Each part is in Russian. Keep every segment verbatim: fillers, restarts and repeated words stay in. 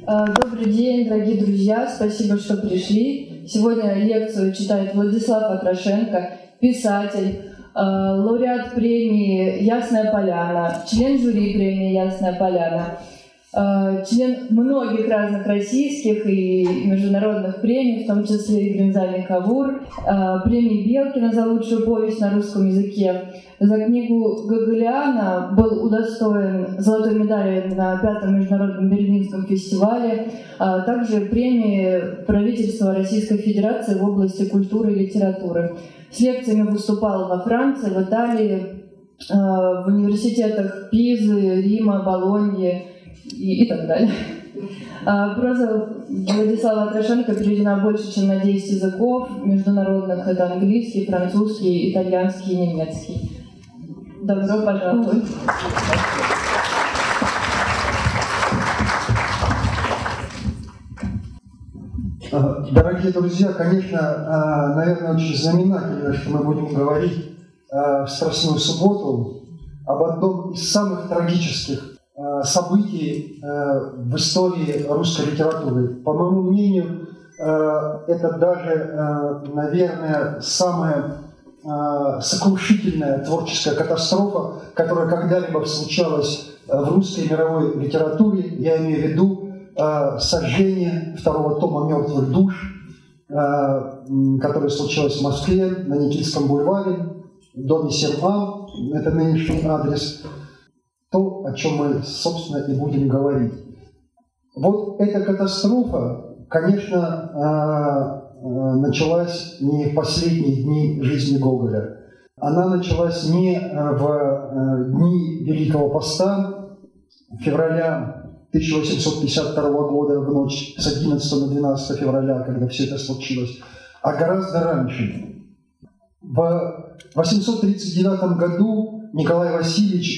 Добрый день, дорогие друзья, спасибо, что пришли. Сегодня лекцию читает Владислав Атрошенко, писатель, лауреат премии «Ясная Поляна», член жюри премии «Ясная Поляна», член многих разных российских и международных премий, в том числе и Гринзальный Кавур, премии Белкина за лучшую повесть на русском языке. За книгу Гоголиана был удостоен золотой медали на пятом международном Берлинском фестивале, а также премии правительства Российской Федерации в области культуры и литературы. С лекциями выступал во Франции, в Италии, в университетах Пизы, Рима, Болоньи и, и так далее. Проза Владислава Атрошенко переведена больше, чем на десять языков международных. Это английский, французский, итальянский и немецкий. Добро пожаловать. Дорогие друзья, конечно, наверное, очень знаменательно, что мы будем говорить в Страстную субботу об одном из самых трагических событий в истории русской литературы. По моему мнению, это даже, наверное, самая сокрушительная творческая катастрофа, которая когда-либо случалась в русской мировой литературе. Я имею в виду сожжение второго тома «Мертвых душ», которое случилось в Москве на Никитском бульваре, в доме Серван, это нынешний адрес. То, о чем мы, собственно, и будем говорить. Вот эта катастрофа, конечно, началась не в последние дни жизни Гоголя. Она началась не в дни Великого Поста, февраля тысяча восемьсот пятьдесят второго года, в ночь с одиннадцатого на двенадцатое февраля, когда все это случилось, а гораздо раньше. В восемьсот тридцать девятом году Николай Васильевич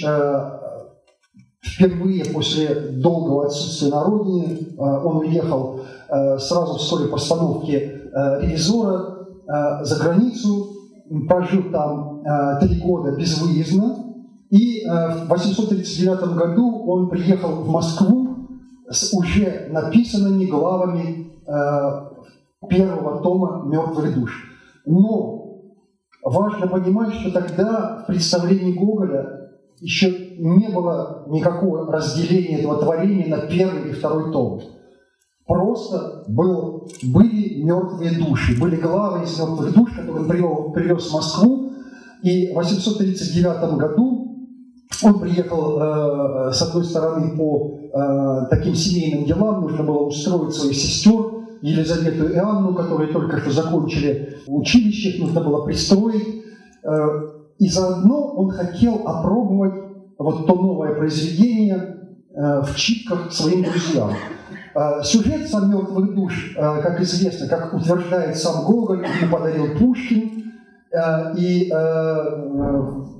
впервые после долгого отсутствия на родине, он уехал сразу вскоре по постановке «Ревизора» за границу, прожил там три года безвыездно, и в восемьсот тридцать девятом году он приехал в Москву с уже написанными главами первого тома «Мертвых душ». Но важно понимать, что тогда в представлении Гоголя еще не было никакого разделения этого творения на первый и второй том. Просто был, были мертвые души, были главы из мертвых душ, которые он привел, привез в Москву. И в восемьсот тридцать девятом году он приехал, э, с одной стороны, по э, таким семейным делам, нужно было устроить своих сестер, Елизавету и Анну, которые только что закончили училище, их нужно было пристроить. Э, И заодно он хотел опробовать вот то новое произведение э, в читках своим друзьям. Э, сюжет «Сам мертвых душ», э, как известно, как утверждает сам Гоголь, ему подарил Пушкин. Э, и э,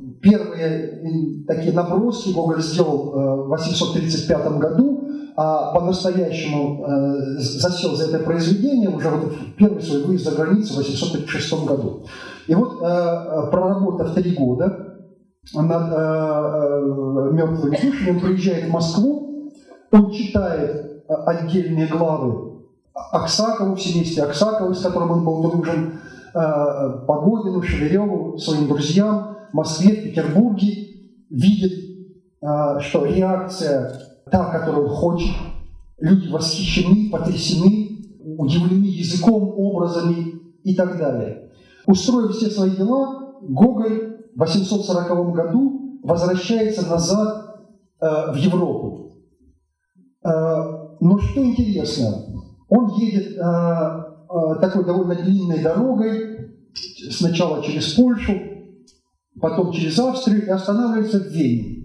первые такие наброски Гоголь сделал э, в восемьсот тридцать пятом году, а по-настоящему э, засел за это произведение уже вот в первый свой выезд за границу в восемьсот тридцать шестом году. И вот, э, проработав три года над э, э, «Мертвыми душами», он приезжает в Москву, он читает отдельные главы Аксакову, в семействе Аксакову, с которым он был дружен, э, Погодину, Шевереву, своим друзьям в Москве, в Петербурге, видит, э, что реакция та, которую он хочет, люди восхищены, потрясены, удивлены языком, образами и так далее. Устроив все свои дела, Гоголь в восемьсот сороковом году возвращается назад э, в Европу. Э, но что интересно, он едет э, э, такой довольно длинной дорогой, сначала через Польшу, потом через Австрию и останавливается в Вене.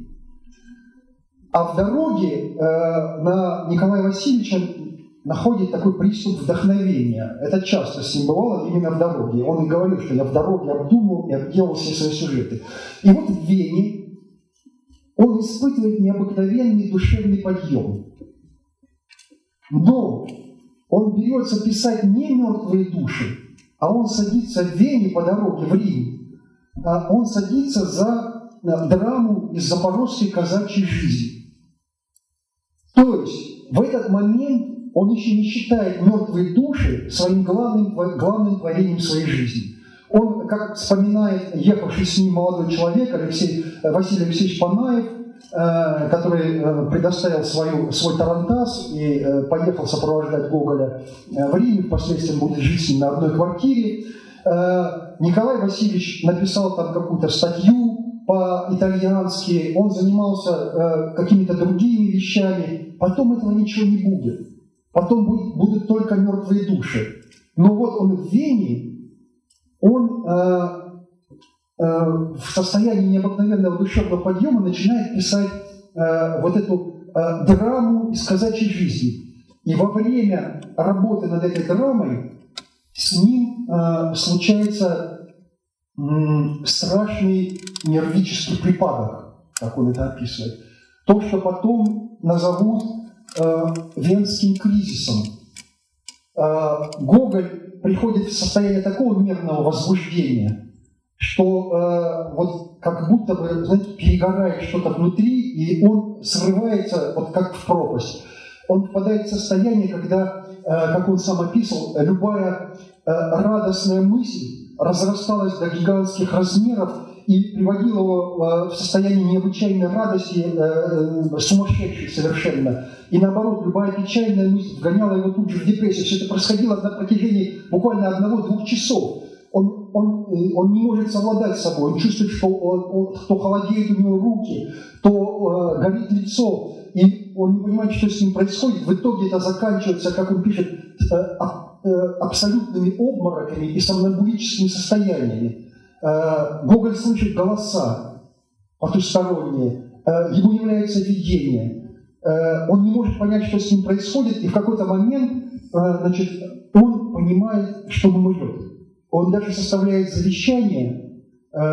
А в дороге э, на Николая Васильевича находит такой приступ вдохновения. Это часто с ним бывало именно в дороге. Он и говорил, что я в дороге обдумывал и обделал все свои сюжеты. И вот в Вене он испытывает необыкновенный душевный подъем. Но он берется писать не «Мертвые души», а он садится в Вене по дороге в Рим. А он садится за драму из запорожской казачьей жизни. То есть в этот момент он еще не считает мертвые души своим главным, главным творением своей жизни. Он, как вспоминает ехавший с ним молодой человек, Алексей, Василий Алексеевич Панаев, э, который предоставил свою, свой тарантас и э, поехал сопровождать Гоголя в Риме, впоследствии он будет жить с ним на одной квартире. Э, Николай Васильевич написал там какую-то статью по-итальянски, он занимался э, какими-то другими вещами, потом этого ничего не будет. Потом будет, будут только мертвые души. Но вот он в Вене, он э, э, в состоянии необыкновенного душевного подъема начинает писать э, вот эту э, драму из казачьей жизни. И во время работы над этой драмой с ним э, случается э, страшный нервический припадок, как он это описывает. То, что потом назовут э, венским кризисом. Э, Гоголь приходит в состояние такого нервного возбуждения, что э, вот как будто бы, знаете, перегорает что-то внутри, и он срывается вот как в пропасть. Он попадает в состояние, когда, э, как он сам описывал, любая э, радостная мысль разрасталась до гигантских размеров и приводила его э, в состояние необычайной радости, э, сумасшедшей совершенно. И наоборот, любая печальная мысль вгоняла его тут же в депрессию. Все это происходило на протяжении буквально одного-двух часов. Он, он, он не может совладать с собой, он чувствует, что он, он, то холодеют у него руки, то э, горит лицо, и он не понимает, что с ним происходит. В итоге это заканчивается, как он пишет, э, э, абсолютными обмороками и сомнамбулическими состояниями. Э, Гоголь слышит голоса потусторонние, э, ему является видение. Он не может понять, что с ним происходит, и в какой-то момент, значит, он понимает, что он умрет. Он даже составляет завещание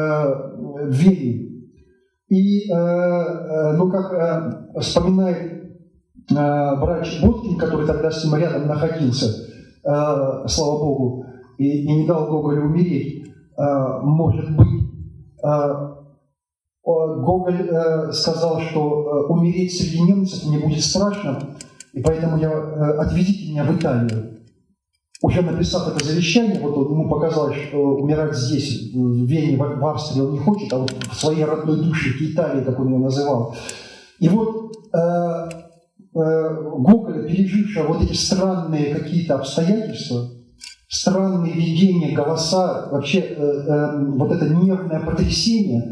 в Вене. И, ну, как вспоминает врач Боткин, который тогда с ним рядом находился, слава Богу, и, и не дал Гоголю умереть, может быть, Гоголь э, сказал, что э, умереть среди немцев мне будет страшно, и поэтому я, э, отведите меня в Италию. Уже написав это завещание, вот он, ему показалось, что умирать здесь, в Вене, в, в Австрии он не хочет, а вот в своей родной душе, в Италии, как он ее называл. И вот э, э, Гоголя, пережившего вот эти странные какие-то обстоятельства, странные видения, голоса, вообще э, э, вот это нервное потрясение,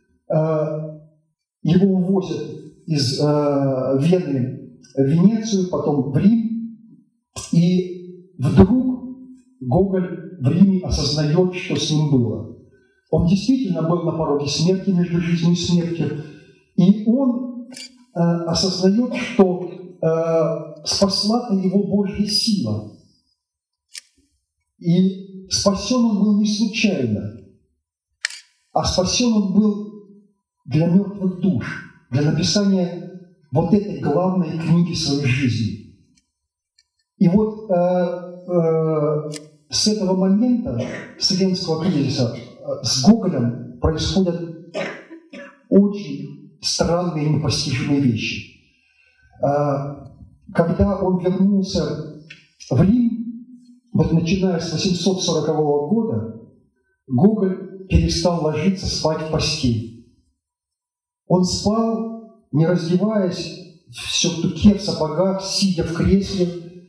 его увозят из э, Вены в Венецию, потом в Рим, и вдруг Гоголь в Риме осознает, что с ним было. Он действительно был на пороге смерти, между жизнью и смертью, и он э, осознает, что э, спасла его Божья сила. И спасен он был не случайно, а спасен он был для мертвых душ, для написания вот этой главной книги своей жизни. И вот э, э, с этого момента, с Венского кризиса, э, с Гоголем происходят очень странные и непостижимые вещи. Э, когда он вернулся в Рим, вот начиная с восемьсот сорокового года, Гоголь перестал ложиться спать в постель. Он спал, не раздеваясь, в сюртуке, в сапогах, сидя в кресле.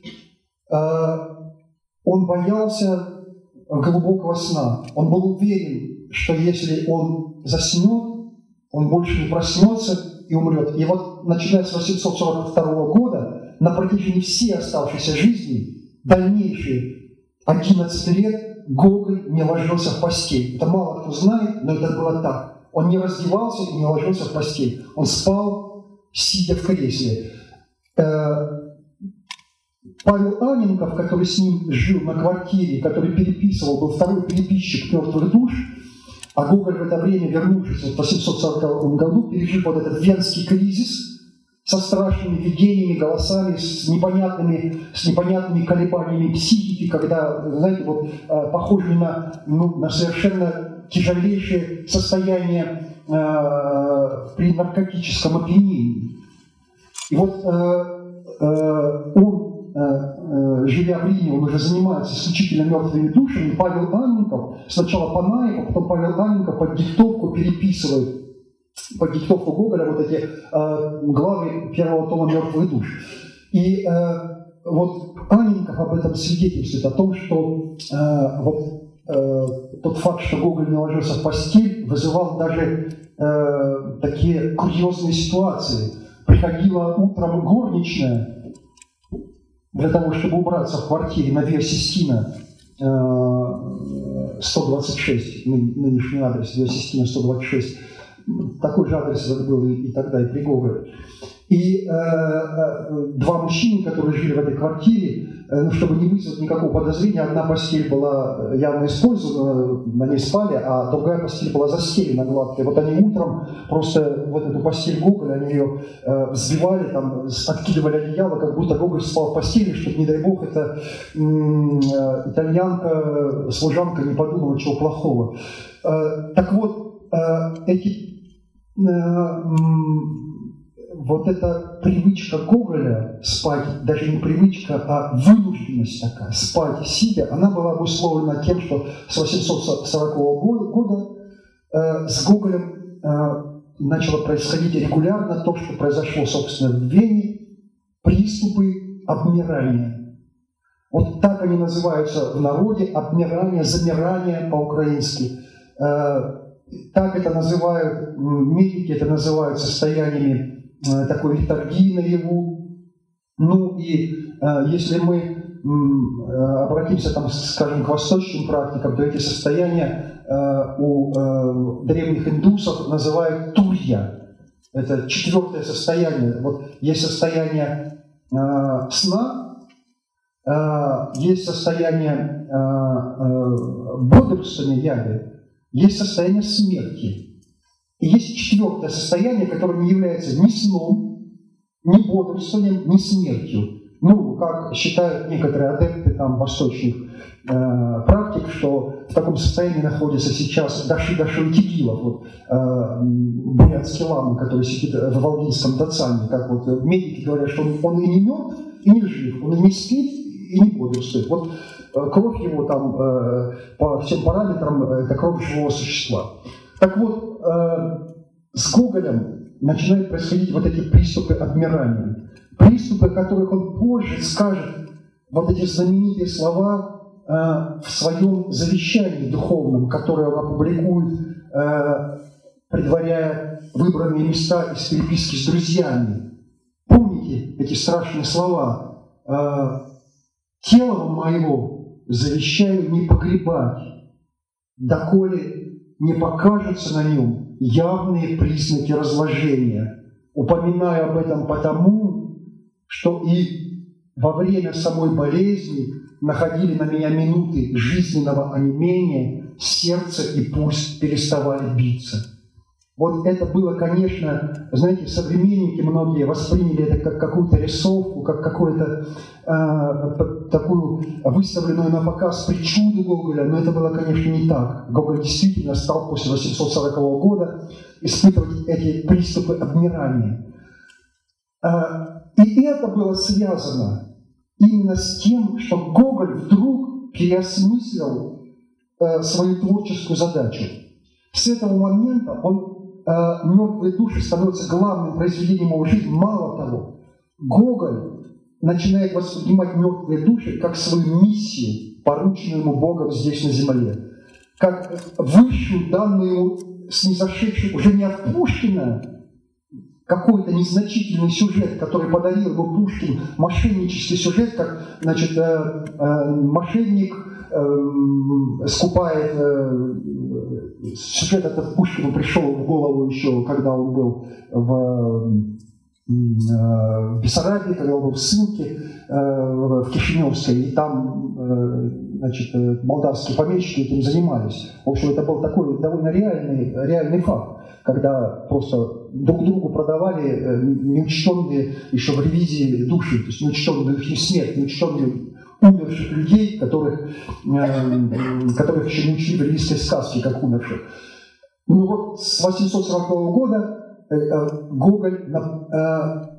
Он боялся глубокого сна. Он был уверен, что если он заснет, он больше не проснется и умрет. И вот, начиная с восемьсот сорок второго года, на протяжении всей оставшейся жизни, дальнейшие одиннадцать лет, Гоголь не ложился в постель. Это мало кто знает, но это было так. Он не раздевался и не ложился в постель. Он спал, сидя в кресле. Павел Анненков, который с ним жил на квартире, который переписывал, был второй переписчик мертвых душ, а Гоголь в это время, вернувшись в восемьсот сороковом году, пережил вот этот венский кризис со страшными видениями, голосами, с непонятными, с непонятными колебаниями психики, когда, знаете, вот похожими на, ну, на совершенно тяжелейшее состояние э, при наркотическом опьянении. И вот э, он, живя в Риме, он уже занимается исключительно мертвыми душами. Павел Анненков, сначала Панаев, а потом Павел Анненков под диктовку переписывает, под диктовку Гоголя вот эти главы первого тома «Мертвых душ». И вот Анненков об этом свидетельствует, о том, что вот тот факт, что Гоголь не ложился в постель, вызывал даже э, такие курьезные ситуации. Приходила утром горничная для того, чтобы убраться в квартире на Виа Систина э, сто двадцать шесть, ны, нынешний адрес Виа Систина сто двадцать шесть. Такой же адрес был и, и тогда, и при Гоголе. И э, э, два мужчины, которые жили в этой квартире, э, чтобы не вызвать никакого подозрения, одна постель была явно использована, на ней спали, а другая постель была застелена гладкой. Вот они утром просто вот эту постель Гоголя, они ее э, взбивали, там, откидывали одеяло, как будто Гоголь спал в постели, чтобы, не дай бог, эта э, итальянка, служанка не подумала чего плохого. Э, так вот, э, эти... Э, Вот эта привычка Гоголя спать, даже не привычка, а вынужденность такая, спать сидя, она была обусловлена тем, что с восемьсот сорокового года э, с Гоголем э, начало происходить регулярно то, что произошло, собственно, в Вене, приступы обмирания. Вот так они называются в народе, обмирание, замирание по-украински. Э, так это называют медики, это называют состояниями такой литургии наяву. Ну и э, если мы э, обратимся, там, скажем, к восточным практикам, то эти состояния э, у э, древних индусов называют турья. Это четвертое состояние. Вот есть состояние э, сна, э, есть состояние э, э, бодрствования, яги, есть состояние смерти. И есть четвертое состояние, которое не является ни сном, ни бодрствованием, ни смертью. Ну, как считают некоторые адепты там, восточных э, практик, что в таком состоянии находится сейчас Даши Даши Тигилов, вот, э, бурятский лама, который сидит в Волгинском Дацане. Как вот медики говорят, что он, он и не мертв, и не жив, он и не спит, и не бодрствует. Вот э, кровь его там э, по всем параметрам э, это кровь живого существа. Так вот, э, с Гоголем начинают происходить вот эти приступы обмирания. Приступы, о которых он позже скажет вот эти знаменитые слова э, в своем завещании духовном, которое он опубликует, э, предваряя выбранные места из переписки с друзьями. Помните эти страшные слова? Э, «Тело моего завещаю не погребать, доколе не покажутся на нем явные признаки разложения. Упоминаю об этом потому, что и во время самой болезни находили на меня минуты жизненного онемения, сердце и пульс переставали биться». Вот это было, конечно, знаете, современники многие восприняли это как какую-то рисовку, как какую-то э, такую выставленную на показ причуду Гоголя, но это было, конечно, не так. Гоголь действительно стал после восемьсот сорокового года испытывать эти приступы обмирания. Э, и это было связано именно с тем, что Гоголь вдруг переосмыслил э, свою творческую задачу. С этого момента он «Мертвые души» становятся главным произведением его жизни. Мало того, Гоголь начинает воспринимать мертвые души как свою миссию, порученную ему Богом здесь на земле, как высшую, данную ему снизошедшую уже не от Пушкина, какой-то незначительный сюжет, который подарил ему Пушкин, мошеннический сюжет, как, значит, э, э, мошенник э, скупает, э, сюжет этот Пушкину пришел в голову еще, когда он был в, э, в Бессарабии, когда он был в ссылке э, в Кишиневской, и там, э, значит, молдавские помещики этим занимались. В общем, это был такой довольно реальный, реальный факт, когда просто друг другу продавали неучтенные еще в ревизии души, то есть неучтенные духи смерти, неучтенные умерших людей, которых, э, которых еще не учили в релизской сказке, как умерших. Ну вот с восемьсот сорокового года э, э, Гоголь э,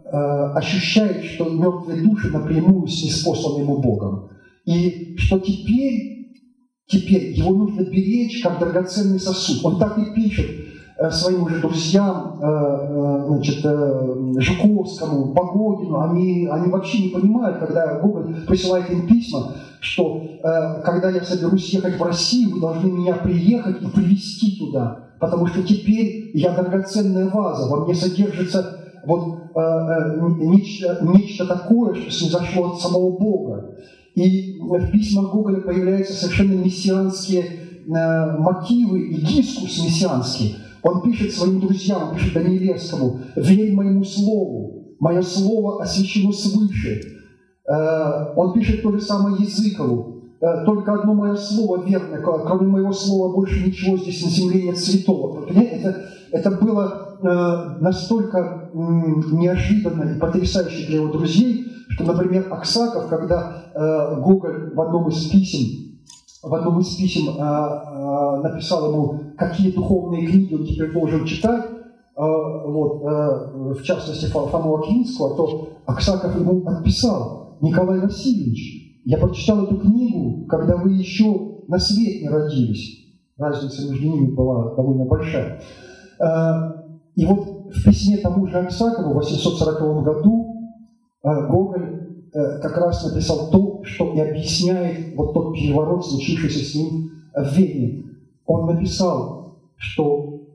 ощущает, что мертвые души напрямую ниспосланы ему Богом. И что теперь, теперь его нужно беречь как драгоценный сосуд. Он так и пишет своим уже друзьям, значит, Жуковскому, Погодину. Они, они вообще не понимают, когда Гоголь присылает им письма, что когда я соберусь ехать в Россию, вы должны меня приехать и привезти туда. Потому что теперь я драгоценная ваза, во мне содержится вот, э, э, нечто, нечто такое, что снизошло от самого Бога. И в письмах Гоголя появляются совершенно мессианские э, мотивы и дискурс мессианский. Он пишет своим друзьям, он пишет Данилевскому: «Верь моему слову, мое слово освящено свыше». Э, он пишет то же самое Языкову: «Только одно мое слово верно, кроме моего слова больше ничего здесь на земле нет святого». Это, это было э, настолько э, неожиданно и потрясающе для его друзей, что, например, Аксаков, когда э, Гоголь в одном из писем, в одном из писем э, э, написал ему, какие духовные книги он теперь должен читать, э, вот, э, в частности Фому Аквинского, то Аксаков ему отписал: «Николай Васильевич, я прочитал эту книгу, когда вы еще на свет не родились». Разница между ними была довольно большая. И вот в письме тому же Аксакову в восемьсот сороковом году Гоголь как раз написал то, что и объясняет вот тот переворот, случившийся с ним в Вене. Он написал, что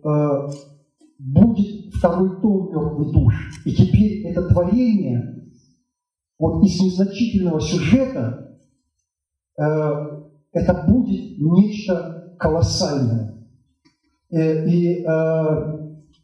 будет второй том «Мертвый душ». И теперь это творение вот из незначительного сюжета э, это будет нечто колоссальное. Э, и э,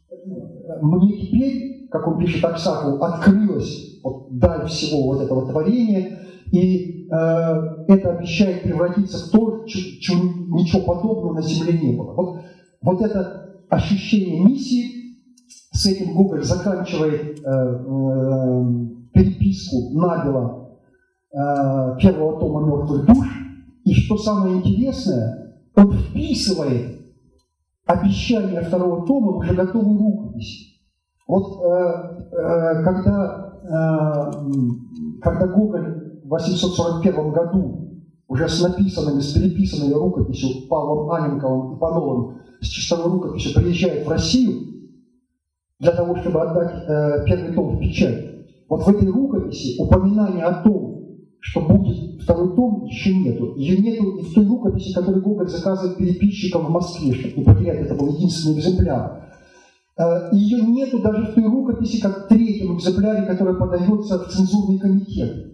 мне теперь, как он пишет Аксакову, открылась вот даль всего вот этого творения, и э, это обещает превратиться в то, чего ничего подобного на земле не было. Вот, вот это ощущение миссии, с этим Гоголь заканчивает э, э, переписку набело э, первого тома «Мертвых душ», и что самое интересное, он вписывает обещание второго тома в уже готовую рукопись. Вот э, э, когда, э, когда Гоголь в восемьсот сорок первом году уже с написанными, с переписанными рукописью Павлом Анненковым и Пановым, с чистовой рукописью приезжает в Россию для того, чтобы отдать э, первый том в печать. Вот в этой рукописи упоминания о том, что будет второй том, еще нету. Ее нету и в той рукописи, которую Гоголь заказывает переписчикам в Москве, чтобы не потерять, это был единственный экземпляр. Ее нету даже в той рукописи, как третьем экземпляре, которая подается в цензурный комитет.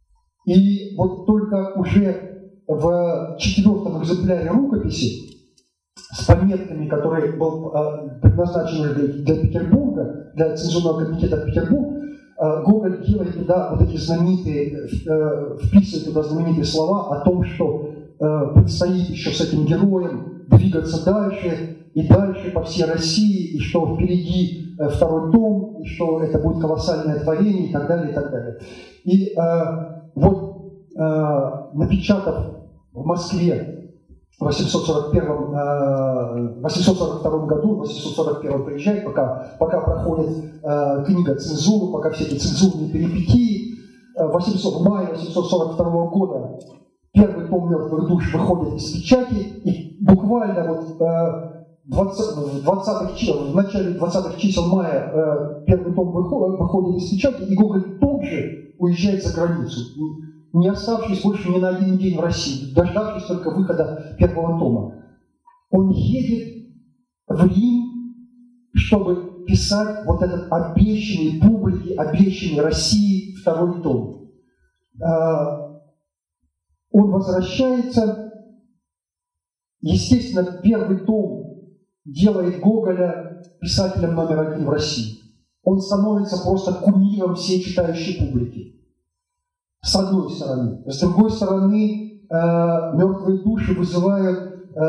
И вот только уже в четвертом экземпляре рукописи с пометками, который был предназначен для, для Петербурга, для цензурного комитета в Петербург, Гоголь делает туда вот эти знаменитые, вписывает туда знаменитые слова о том, что предстоит еще с этим героем двигаться дальше и дальше по всей России, и что впереди второй том, и что это будет колоссальное творение, и так далее, и так далее. И вот, напечатав в Москве в восемьсот сорок первом, восемьсот сорок втором году, в восемьсот сорок первом приезжает, пока, пока проходит э, книга цензуры, пока все эти цензурные перипетии. восемьсот, в мае восемьсот сорок второго года первый том «Мертвых душ» выходит из печати, и буквально вот э, двадцатых чисел, в начале двадцатых чисел мая э, первый том выходит, выходит из печати, и Гоголь тут же уезжает за границу, не оставшись больше ни на один день в России, дождавшись только выхода первого тома. Он едет в Рим, чтобы писать вот этот обещанный публике, обещанный России второй том. Он возвращается, естественно, первый том делает Гоголя писателем номер один в России. Он становится просто кумиром всей читающей публики. С одной стороны. С другой стороны, э, «Мертвые души» вызывают э,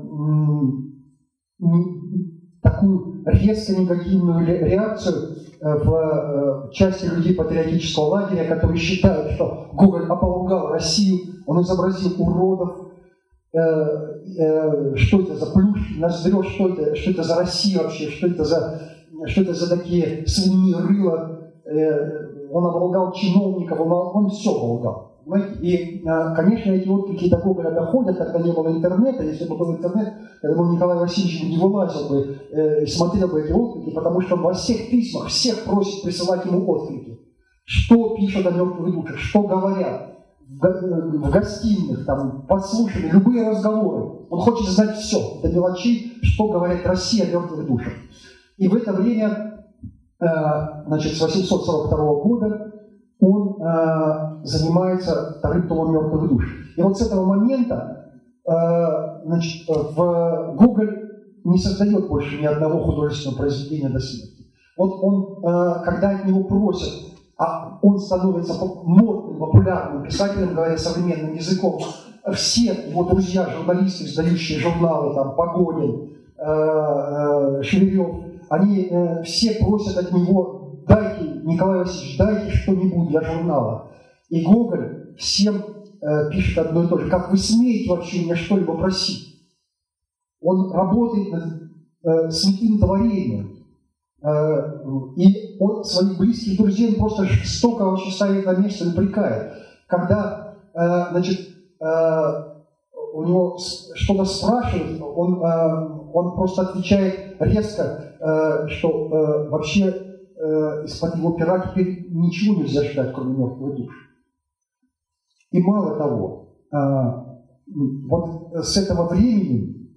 такую резко негативную реакцию в э, части людей патриотического лагеря, которые считают, что Гоголь ополгал Россию, он изобразил уродов, э, э, что это за плюшки, ноздрёж, что это, что это за Россия вообще, что это за, что это за такие свиньи рыла. он оболгал чиновников, он, он все оболгал. И, конечно, эти отклики до Гоголя доходят, тогда не было интернета. Если бы был интернет, я думаю, Николай Васильевич не вылазил бы и смотрел бы эти отклики, потому что он во всех письмах всех просит присылать ему отклики. Что пишут о мертвых душах, что говорят в гостиных, там, подслушаны, любые разговоры. Он хочет знать все, до мелочей, что говорит Россия о мертвых душах. И в это время, значит, с восемьсот сорок второго года он э, занимается вторым томом «Мертвых душ». И вот с этого момента э, значит, в Гоголь не создает больше ни одного художественного произведения до смерти. Вот он, э, когда от него просят, а он становится модным, популярным писателем, говоря современным языком, все его друзья, журналисты, издающие журналы, там, Погодин, э, э, Шеверев, они э, все просят от него: дайте, Николай Васильевич, дайте что-нибудь для журнала. И Гоголь всем э, пишет одно и то же: как вы смеете вообще меня что-либо просить? Он работает над э, святым творением. Э, и он своих близких друзей просто жестоко вообще ставит на место и упрекает. Когда э, значит, э, у него что-то спрашивают, он, э, он просто отвечает резко, э, что э, вообще из-под его пера теперь ничего нельзя ждать, кроме мертвых душ. И мало того, вот с этого времени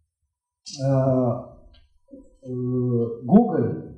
Гоголь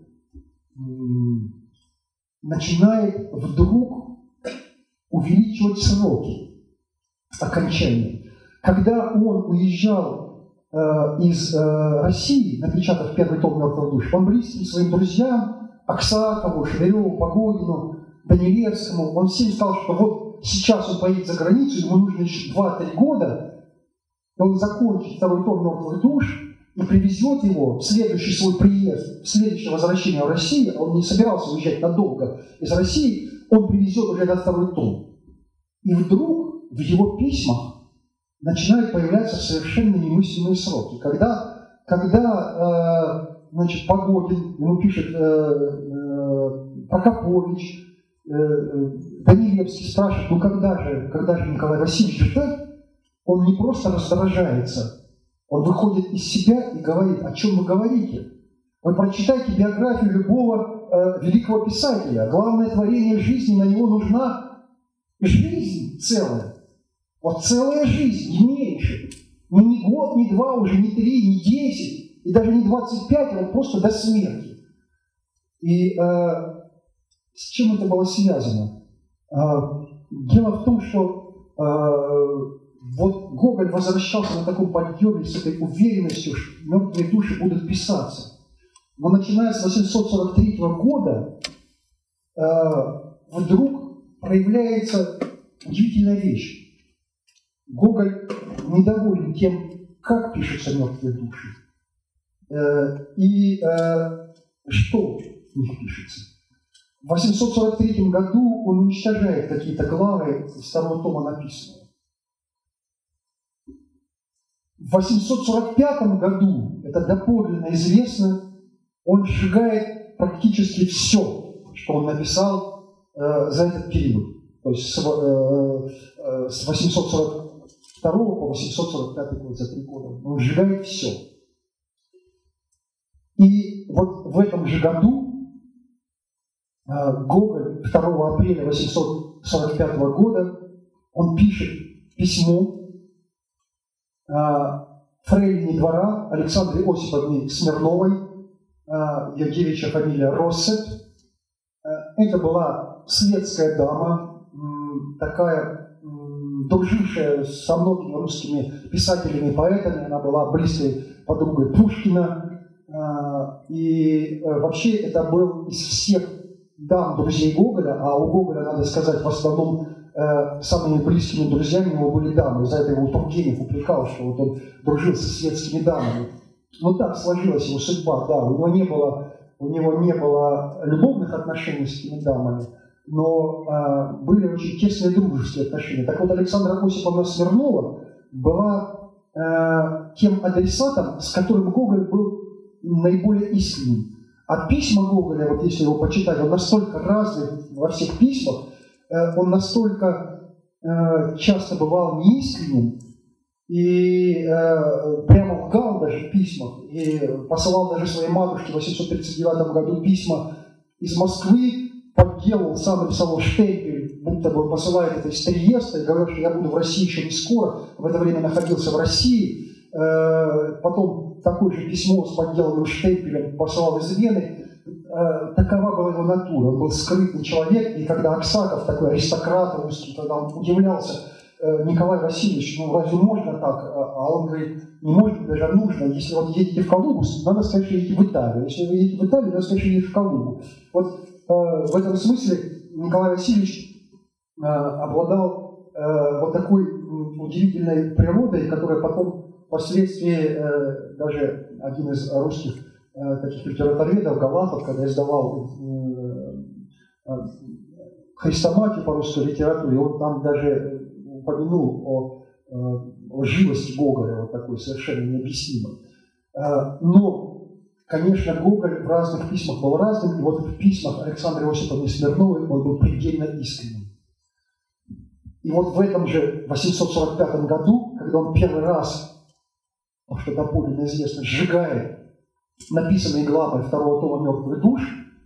начинает вдруг увеличивать сроки окончания. Когда он уезжал из России, напечатав первый том «Мертвых душ», он близким своим друзьям, Аксакову, Шевереву, Погодину, Данилевскому, он всем сказал, что вот сейчас он поедет за границу, ему нужно еще два-три года, и он закончит второй том «Мертвых душ» и привезет его в следующий свой приезд, в следующее возвращение в Россию. Он не собирался уезжать надолго из России, он привезет уже этот второй том. И вдруг в его письмах начинают появляться совершенно немыслимые сроки. Когда, когда э, значит, Погодин, ему пишет э, э, Прокопович, э, э, Данилевский спрашивает: ну когда же, когда же Николай Васильевич ждать? Он не просто раздражается, он выходит из себя и говорит: о чем вы говорите? Вы прочитайте биографию любого э, великого писателя. Главное творение жизни, на него нужна жизнь целая. Вот целая жизнь, не меньше. Не, не год, не два, уже не три, не десять. И даже не двадцать пять, а вот просто до смерти. И э, с чем это было связано? Э, дело в том, что э, вот Гоголь возвращался на таком подъеме с этой уверенностью, что мертвые души будут писаться. Но начиная с восемьсот сорок третьего года э, вдруг проявляется удивительная вещь. Гоголь недоволен тем, как пишутся мертвые души. И э, что в них пишется. В восемьсот сорок третьем году он уничтожает какие-то главы из второго тома написанного. В восемьсот сорок пятом году, это доподлинно известно, он сжигает практически все, что он написал э, за этот период. То есть с, э, э, с восемьсот сорок второго по восемьсот сорок пятый год, за три года. Он сжигает все. И вот в этом же году э, Гоголь второго апреля восемьсот сорок пятого года он пишет письмо э, фрейлине двора Александре Осиповне Смирновой, э, ее девичья фамилия Россет. Э, это была светская дама, э, такая, э, дружившая со многими русскими писателями и поэтами. Она была близкой подругой Пушкина. И вообще это был из всех дам друзей Гоголя, а у Гоголя, надо сказать, в основном самыми близкими друзьями его были дамы. За это его Тургенев упрекал, что вот он дружил со светскими дамами. Но так сложилась его судьба, да, у него не было, у него не было любовных отношений с этими дамами, но э, были очень тесные дружеские отношения. Так вот, Александра Осиповна Смирнова была э, тем адресатом, с которым Гоголь был наиболее искренним. А письма Гоголя, вот если его почитать, он настолько разный во всех письмах, он настолько часто бывал неискренним и прямо лгал даже в письмах, и посылал даже своей матушке в восемьсот тридцать девятом году письма из Москвы, подделал, сам написал штемпель, будто бы посылает это из Триеста, и говорил, что я буду в России еще не скоро, в это время находился в России, потом такое же письмо с подделанным штемпелем посылал из Вены. Такова была его натура, он был скрытный человек, и когда Аксаков, такой аристократ русский, когда он удивлялся, Николай Васильевич, ну разве можно так? А он говорит, не может, даже нужно. Если вот едете в Калугу, надо сказать, что едете в Италию. Если вы едете в Италию, надо сказать, что едете в Калугу. Вот э, в этом смысле Николай Васильевич э, обладал э, вот такой удивительной природой, которая потом впоследствии э, даже один из русских э, таких литературоведов, Галахов, когда издавал э, э, хрестоматию по русской литературе, он там даже упомянул о э, лживости Гоголя, вот такой совершенно необъяснимой. Э, но, конечно, Гоголь в разных письмах был разным, и вот в письмах Александры Осиповны Смирновой он был предельно искренним. И вот в этом же восемьсот сорок пятом году, когда он первый раз, что доподлинно известно, сжигает написанные главы второго тома «Мертвых душ»,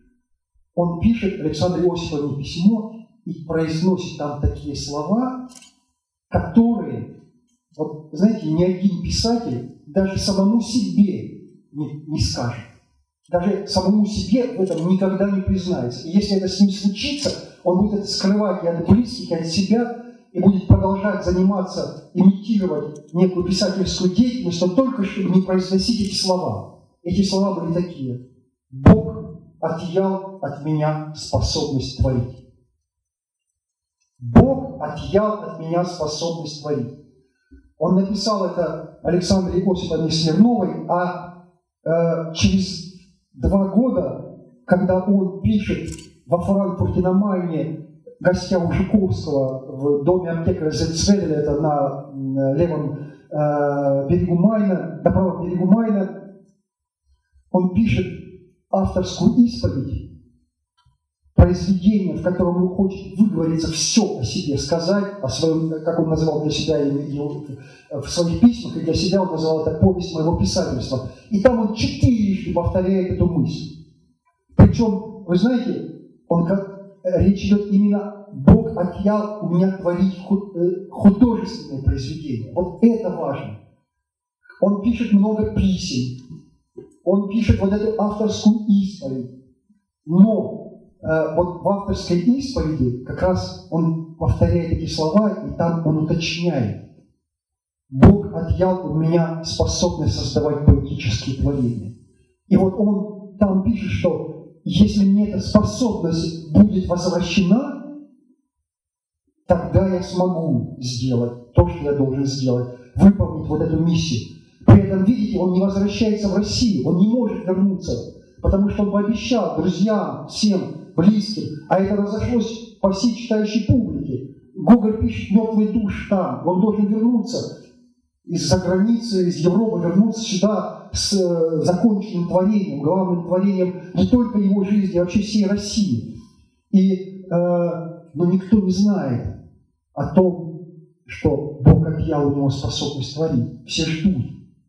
он пишет Александре Осиповне письмо и произносит там такие слова, которые, вот, знаете, ни один писатель даже самому себе не, не скажет. Даже самому себе в этом никогда не признается. И если это с ним случится, он будет это скрывать и от близких, и от себя, и будет продолжать заниматься, имитировать некую писательскую деятельность, но только чтобы не произносить эти слова. Эти слова были такие: «Бог отъял от меня способность творить». Бог отъял от меня способность творить. Он написал это Александре Осиповне Смирновой, а э, через два года, когда он пишет во Франкфурте на Майне, гостя у Жуковского в доме аптекаря Зельцведеля, это на левом э, берегу Майна, на правом берегу Майна, он пишет авторскую исповедь, произведение, в котором он хочет выговориться, все о себе сказать, о своем, как он называл для себя его, в своих письмах, и для себя он называл это повесть моего писательства. И там он четырежды повторяет эту мысль. Причем, вы знаете, он как, речь идет именно «Бог отъял у меня творить художественные произведения». Вот это важно. Он пишет много писем, он пишет вот эту авторскую исповедь, но вот в авторской исповеди как раз он повторяет эти слова, и там он уточняет: «Бог отъял у меня способность создавать поэтические творения». И вот он там пишет, что если мне эта способность будет возвращена, тогда я смогу сделать то, что я должен сделать, выполнить вот эту миссию. При этом, видите, он не возвращается в Россию, он не может вернуться, потому что он пообещал друзьям, всем близким, а это разошлось по всей читающей публике. Гоголь пишет «Мертвые души» там, он должен вернуться из-за границы, из Европы, вернуться сюда с э, законченным творением, главным творением не только его жизни, а вообще всей России. И, э, но никто не знает о том, что Бог отъял у него способность творить. Все ждут.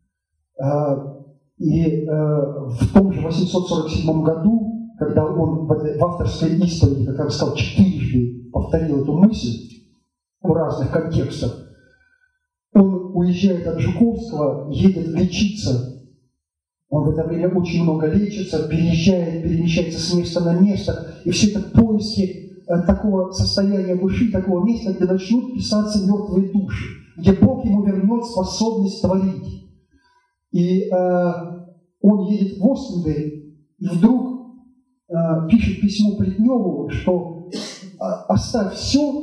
Э, и э, в том же восемьсот сорок седьмом году, когда он в, этой, в авторской исповеди, как я сказал, четырежды повторил эту мысль в разных контекстах, он уезжает от Жуковского, едет лечиться. Он в это время очень много лечится, переезжает, перемещается с места на место. И все это поиски э, такого состояния души, такого места, где начнут писаться мертвые души, где Бог ему вернет способность творить. И э, он едет в Остенберг, и вдруг э, пишет письмо Плетневу, что э, «Оставь все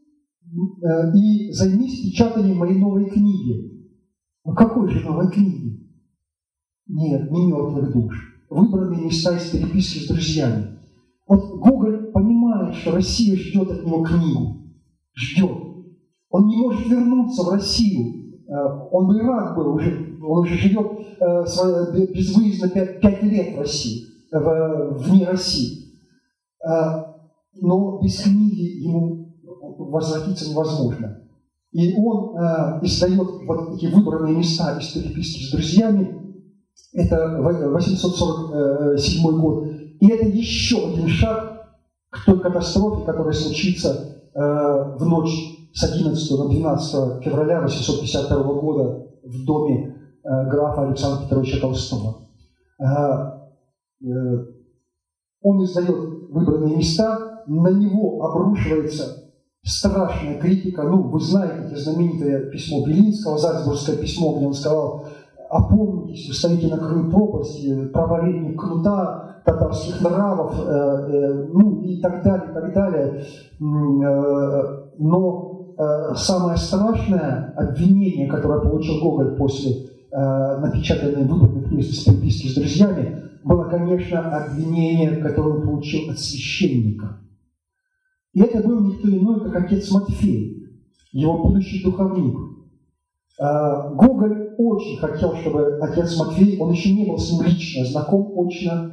и займись печатанием моей новой книги». Ну какой же новой книги? Нет, не «Мертвых душ». Выбранные места из переписки с друзьями. Вот Гоголь понимает, что Россия ждет от него книгу. Ждет. Он не может вернуться в Россию. Он бы и рад был, уже, он уже живет безвыездно пять лет в России. вне России. Но без книги ему возвратиться невозможно. И он э, издает вот эти выбранные места из переписки с друзьями. Это восемьсот сорок седьмой год. И это еще один шаг к той катастрофе, которая случится э, в ночь с одиннадцатого на двенадцатое февраля восемьсот пятьдесят второго года в доме э, графа Александра Петровича Толстого. Э, э, он издает выбранные места, на него обрушивается страшная критика. Ну, вы знаете это знаменитое письмо Белинского, Зальцбургское письмо, где он сказал: опомнитесь, вы стоите на краю пропасти, проповедник кнута, татарских нравов, э, э, ну и так далее, и так далее. Э, но э, самое страшное обвинение, которое получил Гоголь после э, напечатанной выборных мест из переписки с друзьями, было, конечно, обвинение, которое он получил от священника. И это был никто иной, как отец Матфей, его будущий духовник. Гоголь очень хотел, чтобы отец Матфей, он еще не был с ним лично знаком, очно,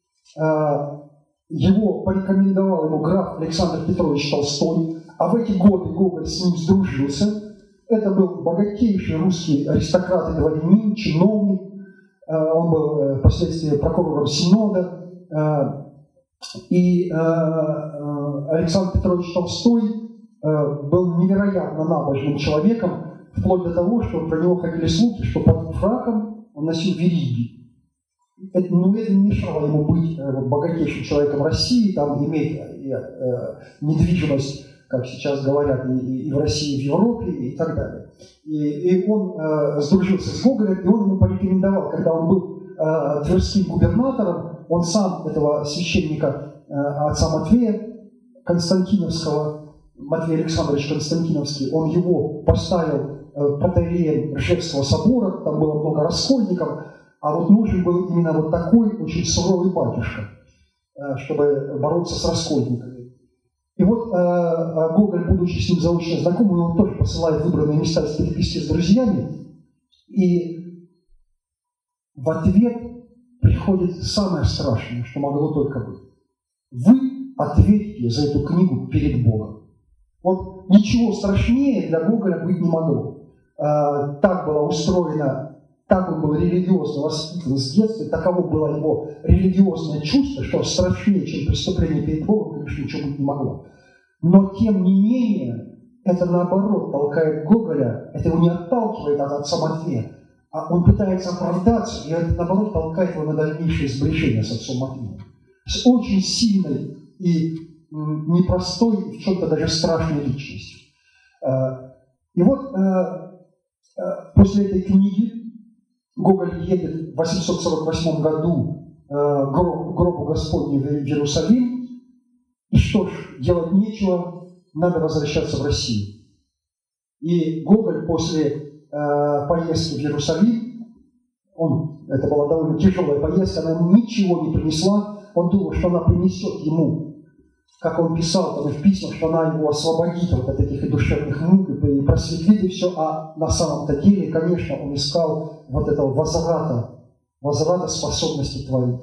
его порекомендовал ему граф Александр Петрович Толстой, а в эти годы Гоголь с ним сдружился. Это был богатейший русский аристократ и дворянин, чиновник, он был впоследствии прокурором Синода. И э, Александр Петрович Толстой э, был невероятно набожным человеком, вплоть до того, что про него ходили слухи, что под фраком он носил вериги. Это, ну, это не мешало ему быть э, богатейшим человеком России, там иметь э, э, недвижимость, как сейчас говорят, и, и в России, и в Европе, и так далее. И, и он э, сдружился с Гоголем, и он ему порекомендовал, когда он был э, тверским губернатором, он сам этого священника, э, отца Матвея Константиновского, Матвей Александрович Константиновский, он его поставил э, протоиереем Ржевского собора, там было много раскольников, а вот нужен был именно вот такой очень суровый батюшка, э, чтобы бороться с раскольниками. И вот э, Гоголь, будучи с ним заочно знакомым, он тоже посылает выбранные места из переписки с друзьями, и в ответ приходит самое страшное, что могло только быть. Вы ответите за эту книгу перед Богом. Вот ничего страшнее для Гоголя быть не могло. А, так было устроено, так он был религиозно воспитан с детства, таково было его религиозное чувство, что страшнее, чем преступление перед Богом, конечно, ничего быть не могло. Но тем не менее, это наоборот толкает Гоголя, это его не отталкивает от отца Матвея, а он пытается оправдаться, и это, наоборот, толкает его на дальнейшее сближение с отцом Матвеем. С очень сильной и непростой, и в чем-то даже страшной личностью. И вот после этой книги Гоголь едет в восемьсот сорок восьмом году к гробу Господню в Иерусалим, и что ж, делать нечего, надо возвращаться в Россию. И Гоголь после поездки в Иерусалим, он, это была довольно тяжелая поездка, она ему ничего не принесла, он думал, что она принесет ему, как он писал там в письмах, что она его освободит вот от этих и душевных мук, и просветлит, и все, а на самом-то деле, конечно, он искал вот этого возврата, возврата способности творить.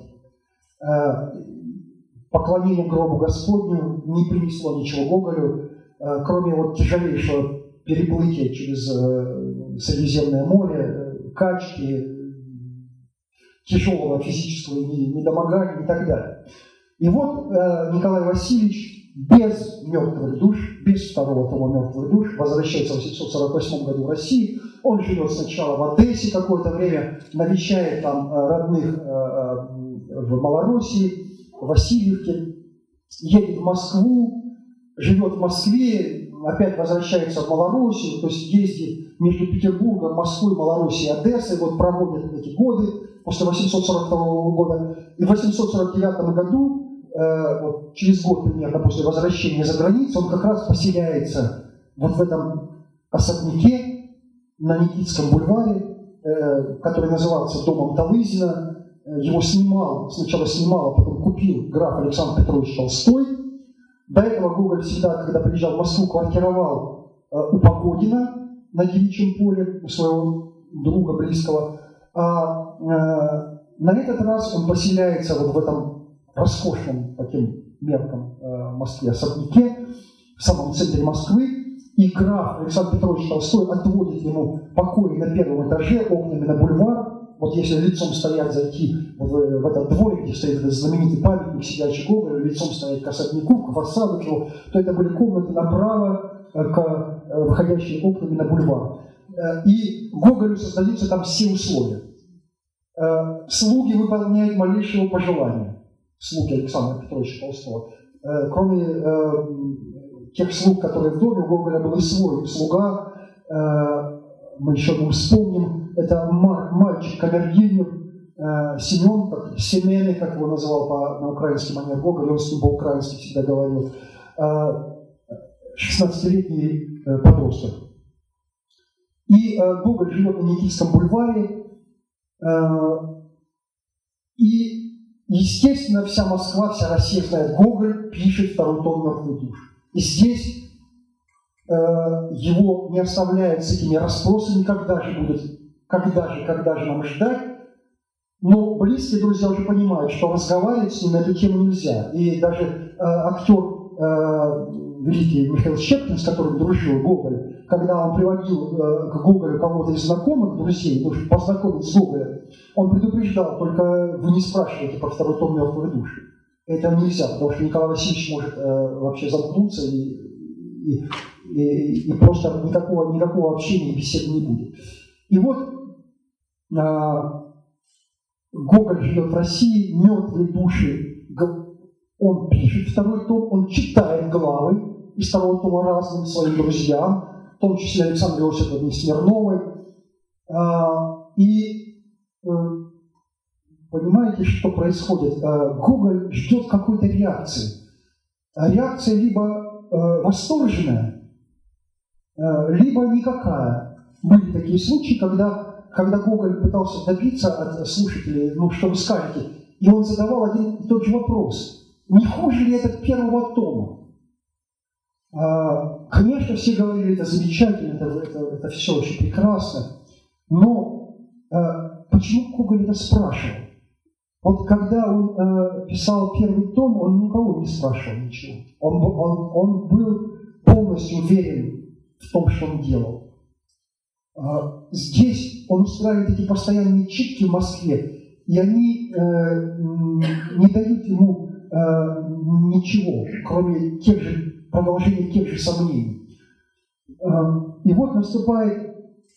Поклонение гробу Господню не принесло ничего Гоголю, кроме вот тяжелейшего переплытия через Средиземное море, качки, тяжелого физического недомогания и так далее. И вот Николай Васильевич без мертвых душ, без второго тома мертвых душ, возвращается в восемьсот сорок восьмом году в Россию. Он живет сначала в Одессе какое-то время, навещает там родных в Малороссии, в Васильевке, едет в Москву, живет в Москве, опять возвращается в Малороссию, то есть ездит между Петербургом, Москвой, Малороссией и Одессой, вот проводит эти годы после восемьсот сорок второго года. И в восемьсот сорок девятом году, э, вот, через год примерно после возвращения за границу, он как раз поселяется вот в этом особняке на Никитском бульваре, э, который назывался домом Талызина. Его снимал, сначала снимал, а потом купил граф Александр Петрович Толстой. До этого Гоголь всегда, когда приезжал в Москву, квартировал э, у Погодина на Девичьем поле, у своего друга близкого. А э, на этот раз он поселяется вот в этом роскошном, по тем меркам, в Москве особняке, в самом центре Москвы, и граф Александр Петрович Толстой отводит ему покои на первом этаже, окнами на бульвар. Вот если лицом стоять, зайти в, в этот дворик, где стоит этот знаменитый памятник сидячий Гоголь, лицом стоять к особняку, к фасаду его, то это были комнаты направо, к, выходящие окнами на бульвар. И Гоголю создаются там все условия. Слуги выполняют малейшего пожелания, слуги Александра Петровича Толстого. Кроме тех слуг, которые в доме, у Гоголя был и свой слуга, мы еще не вспомним, это мальчик, камердинер, э, Семен, как, Семены, как его называл по, на украинский манер Гоголь, он с ним по-украински всегда говорил, э, шестнадцатилетний э, подросток. И э, Гоголь живет на Никитском бульваре, э, и, естественно, вся Москва, вся Россия знает, Гоголь пишет второй том «Мертвых душ». И здесь его не оставляет с этими расспросами, когда же будет, когда же, когда же нам ждать. Но близкие друзья уже понимают, что разговаривать с ним на эту тему нельзя. И даже э, актер э, великий Михаил Щепкин, с которым дружил Гоголь, когда он приводил э, к Гоголю кого-то из знакомых друзей, ну, познакомить с Гоголем, он предупреждал, только вы не спрашивайте про второй том «Мертвых душ». Это нельзя, потому что Николай Васильевич может э, вообще замкнуться и, и И, и просто никакого, никакого общения и беседы не будет. И вот а, Гоголь живет в России, «Мертвые души», он пишет второй том, он читает главы из второго тома разным своим друзьям, в том числе Александру Иосифовне Смирновой. А, и а, понимаете, что происходит? А, Гоголь ждет какой-то реакции. А реакция либо а, восторженная, либо никакая. Были такие случаи, когда, когда Гоголь пытался добиться от слушателей, ну, что вы скажете, и он задавал один и тот же вопрос. Не хуже ли это первого тома? А, конечно, все говорили, это замечательно, это, это, это все очень прекрасно, но а, почему Гоголь это спрашивал? Вот когда он а, писал первый том, он никого не спрашивал ничего. Он, он, он был полностью уверен в том, что он делал. Здесь он устраивает эти постоянные читки в Москве, и они э, не дают ему э, ничего, кроме тех же, продолжения тех же сомнений. И вот наступает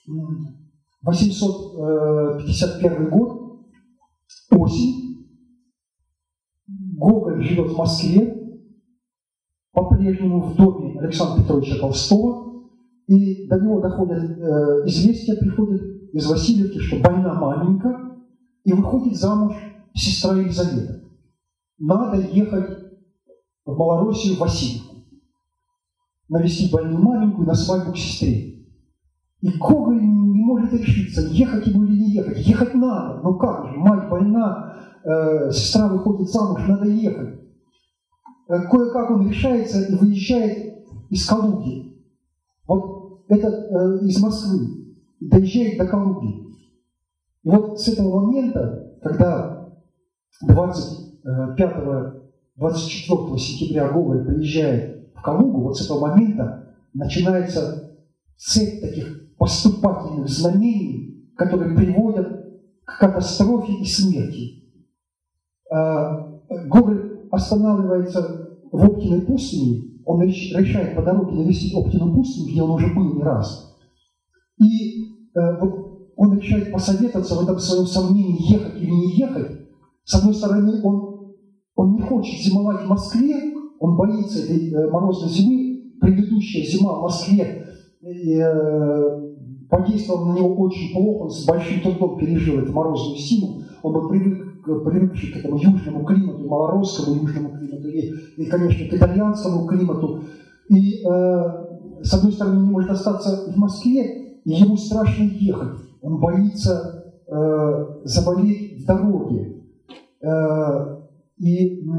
восемьсот пятьдесят первый год, осень. Гоголь живет в Москве, по-прежнему в доме Александра Петровича Толстого. И до него доходят э, известия, приходят из Васильевки, что больна маменька, и выходит замуж сестра Елизавета. Надо ехать в Малороссию, в Васильевку, навестить больную маменьку и на свадьбу к сестре. И Гоголь не может решиться, ехать ему или не ехать. Ехать надо, ну как же, мать больна, э, сестра выходит замуж, надо ехать. Э, кое-как он решается и выезжает из Калуги. Вот это э, из Москвы доезжает до Калуги. И вот с этого момента, когда двадцать пятого — двадцать четвёртого сентября Гоголь приезжает в Калугу, вот с этого момента начинается цепь таких поступательных знамений, которые приводят к катастрофе и смерти. Э, Гоголь останавливается в Оптиной пустыне. Он решает по дороге навестить Оптину пустыню, где он уже был не раз. И э, вот он решает посоветоваться в этом своем сомнении, ехать или не ехать. С одной стороны, он, он не хочет зимовать в Москве, он боится этой э, морозной зимы. Предыдущая зима в Москве э, подействовала на него очень плохо, он с большим трудом пережил эту морозную зиму. Он был привык привыкший к этому южному климату, малоросскому южному климату и, и, конечно, к итальянскому климату. И, э, с одной стороны, не может остаться в Москве, и ему страшно ехать. Он боится э, заболеть в дороге. Э, и э,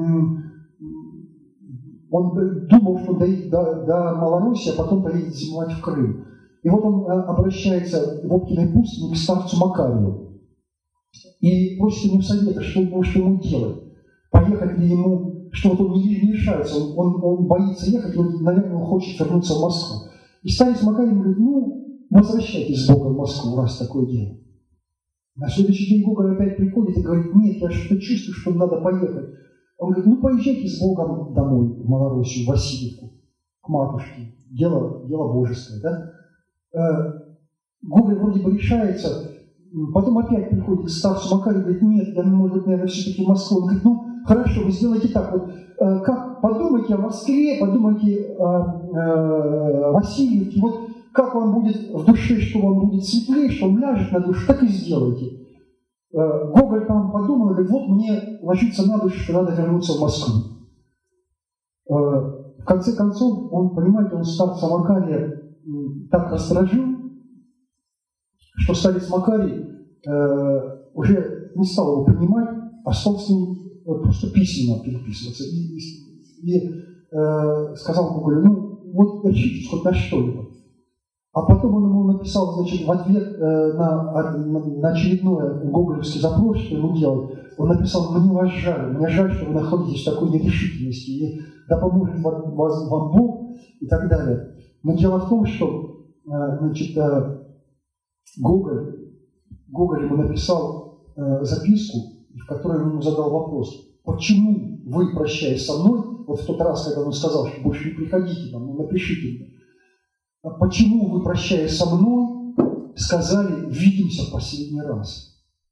он думал, что доедет до, до Малороссии, а потом поедет зимовать в Крым. И вот он э, обращается в Оптиной пустыне к старцу Макарию и просит ему совета, что ему, что ему делать. поехать ли ему, что вот он не, не решается, он, он, он боится ехать, он, наверное, он хочет вернуться в Москву. И старец Макарий говорит, ну, возвращайтесь с Богом в Москву, раз такое дело. На следующий день Гоголь опять приходит и говорит, нет, я что-то чувствую, что надо поехать. Он говорит, ну, поезжайте с Богом домой, в Малороссию, в Васильевку, к матушке. Дело, дело божеское, да? Гоголь вроде бы решается, потом опять приходит к старцу Макарию и говорит, нет, я, может быть, наверное, все-таки в Москву. Он говорит, ну, хорошо, вы сделайте так, вот, э, как, подумайте о Москве, подумайте о э, Васильевке, вот как вам будет в душе, что вам будет светлее, что он ляжет на душу, так и сделайте. Э, Гоголь там подумал и говорит, вот мне ложится на душу, что надо вернуться в Москву. Э, в конце концов, он, понимаете, он старца Макария так раздражил, что старец Макарий э, уже не стал его понимать, а стал с ним просто письменно переписываться. И, и, и э, сказал Гоголю, ну, вот решитесь хоть на что-либо. А потом он ему написал, значит, в ответ э, на, на очередное гоголевский запрос, что ему делать, он написал, мне вас жаль, мне жаль, что вы находитесь в такой нерешительности, и да поможет вам, вам Бог, и так далее. Но дело в том, что э, значит, э, Гоголь, Гоголь ему написал э, записку, в которой он ему задал вопрос, почему вы, прощаясь со мной, вот в тот раз, когда он сказал, что больше не приходите, там, ну, напишите мне, почему вы, прощаясь со мной, сказали, видимся в последний раз.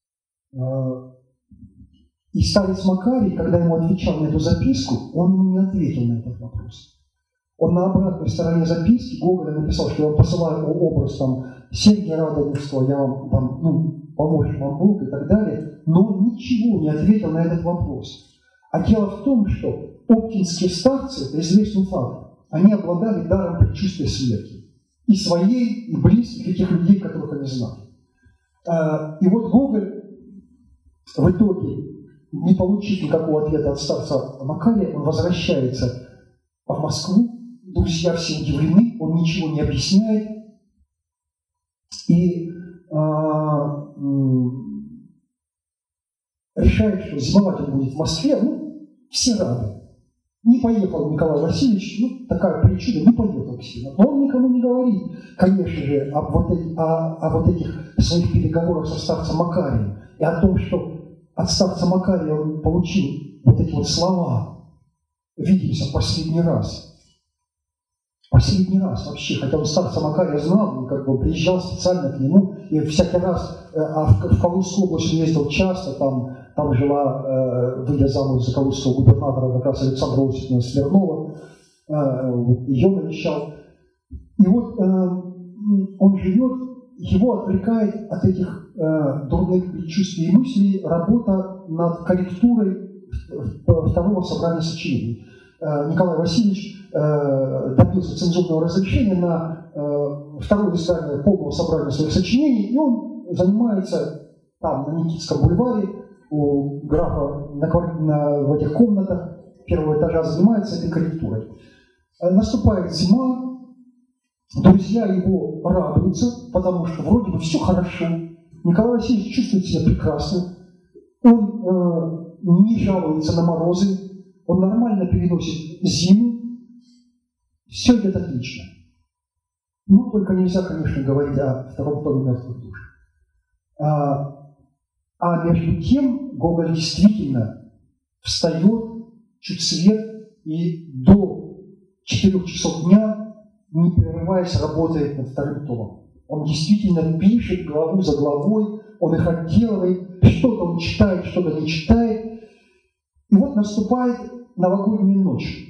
И старец Макарий, когда ему отвечал на эту записку, он ему не ответил на этот вопрос. Он на обратной стороне записки Гоголя написал, что я вам посылаю образ там Сергия Радонежского, я вам там, ну, поможет вам Бог и так далее, но он ничего не ответил на этот вопрос. А дело в том, что оптинские старцы, это известный факт, они обладали даром предчувствия смерти. И своей, и близких, и тех людей, которых они знали. И вот Гоголь в итоге, не получив никакого ответа от старца Макария, он возвращается в Москву, друзья все удивлены, он ничего не объясняет, и а, решает, что зимовать он будет в Москве, ну, все рады. Не поехал Николай Васильевич, ну, такая причуда, не поехал к себе. Но он никому не говорит, конечно же, об вот, эти, о, о вот этих своих переговорах со старцем Макарием и о том, что от старца Макария он получил вот эти вот слова «видимся в последний раз». Последний раз вообще, хотя он старца Макария знал, он как бы приезжал специально к нему, и всякий раз, а в Калужскую область он ездил часто, там, там жила, выйдя замуж за калужского губернатора, как раз Александра Осиповна Смирнова, ее навещал. И вот он живет, его отвлекает от этих дурных предчувствий и мыслей работа над корректурой второго собрания сочинений. Николай Васильевич добился цензурного разрешения на второе издание полного собрания своих сочинений, и он занимается там, на Никитском бульваре, у графа на, на, в этих комнатах первого этажа занимается этой корректурой. Наступает зима, друзья его радуются, потому что вроде бы все хорошо. Николай Васильевич чувствует себя прекрасно, он э, не жалуется на морозы, он нормально переносит зиму, все идет отлично. Ну, только нельзя, конечно, говорить о втором томе «Мертвых душ». А, а между тем Гоголь действительно встает чуть свет и до четырех часов дня, не прерываясь, работает над вторым томом. Он действительно пишет главу за главой, он их отделывает, что-то он читает, что-то не читает. И вот наступает новогодняя ночь.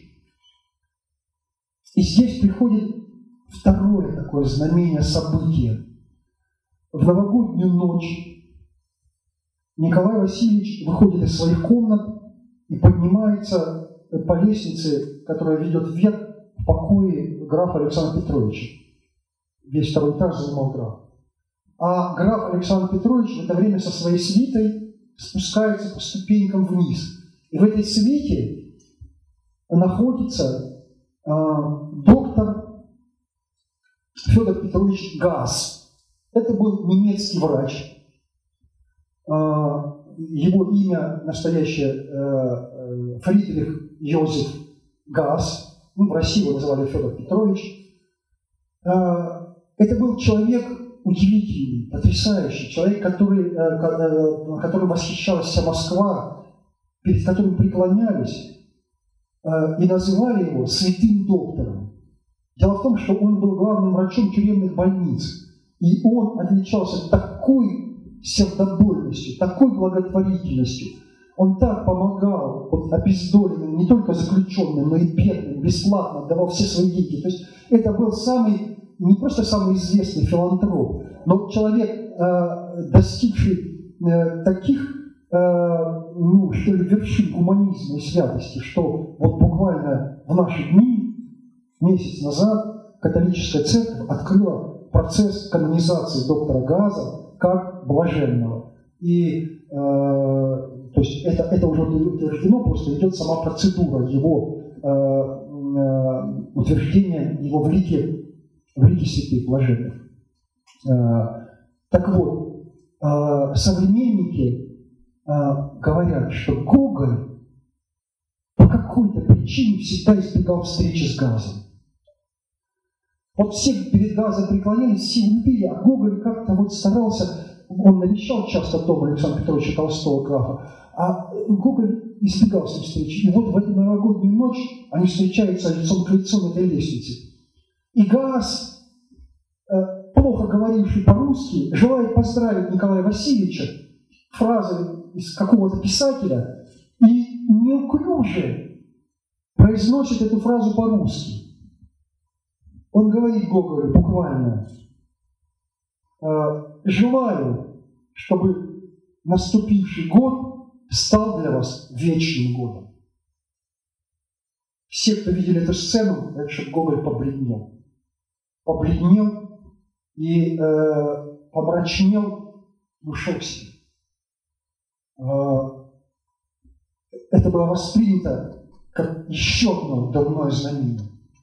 И здесь приходит второе такое знамение события. В новогоднюю ночь Николай Васильевич выходит из своих комнат и поднимается по лестнице, которая ведет вверх, в покое графа Александра Петровича. Весь второй этаж занимал граф. А граф Александр Петрович в это время со своей свитой спускается по ступенькам вниз. И в этой свите находится э, доктор Федор Петрович Газ. Это был немецкий врач. Э, его имя настоящее э, Фридрих Йозеф Гаас, ну, в России его называли Федор Петрович. Это был человек удивительный, потрясающий, человек, который, которым восхищалась вся Москва, перед которым преклонялись и называли его святым доктором. Дело в том, что он был главным врачом тюремных больниц, и он отличался такой сердобольностью, такой благотворительностью. Он так помогал вот, обездоленным, не только заключенным, но и бедным, бесплатно давал все свои деньги. То есть это был самый, не просто самый известный филантроп, но человек, э, достигший э, таких, э, ну, что ли, вершин гуманизма и святости, что вот буквально в наши дни, месяц назад, католическая церковь открыла процесс канонизации доктора Гааза как блаженного. И э, то есть это, это уже утверждено, просто идет сама процедура его э, э, утверждения, его в лике, в лике святых блаженных. Э, так вот, э, современники э, говорят, что Гоголь по какой-то причине всегда избегал встречи с Гаазом. Вот все перед Гаазом преклонялись, все любили, а Гоголь как-то вот старался, он навещал часто дом Александра Петровича Толстого, графа, а Гоголь избегал с ним встречи. И вот в эту новогоднюю ночь они встречаются лицом к лицу на этой лестнице. И Гааз, плохо говоривший по-русски, желает поздравить Николая Васильевича фразой из какого-то писателя и неуклюже произносит эту фразу по-русски. Он говорит Гоголю буквально: «Желаю, чтобы наступивший год стал для вас вечным годом». Все, кто видели эту сцену, говорят, что Гоголь побледнел. Побледнел и э, помрачнел и ушел в себя. Э, это было воспринято как еще одно дурное знамение.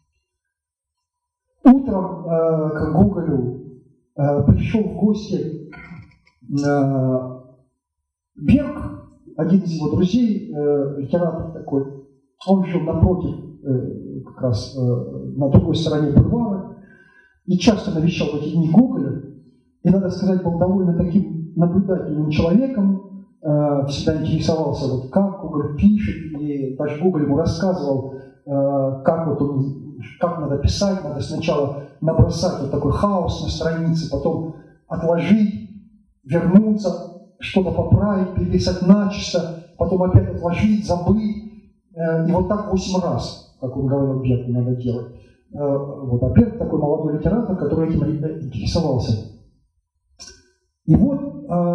Утром э, к Гоголю э, пришел в гости э, Берг, один из его друзей, э, литератор такой. Он жил напротив, э, как раз э, на другой стороне бульвара, и часто навещал в эти дни Гоголя. И, надо сказать, был довольно таким наблюдательным человеком, э, всегда интересовался, вот, как Гоголь пишет, и даже Гоголь ему рассказывал, э, как вот он как надо писать, надо сначала набросать вот такой хаос на странице, потом отложить, вернуться, что-то поправить, переписать начисто, потом опять отложить, забыть. И вот так восемь раз, как он говорил, Бергу надо делать. Вот, а Берг такой молодой литератор, который этим интересовался. И вот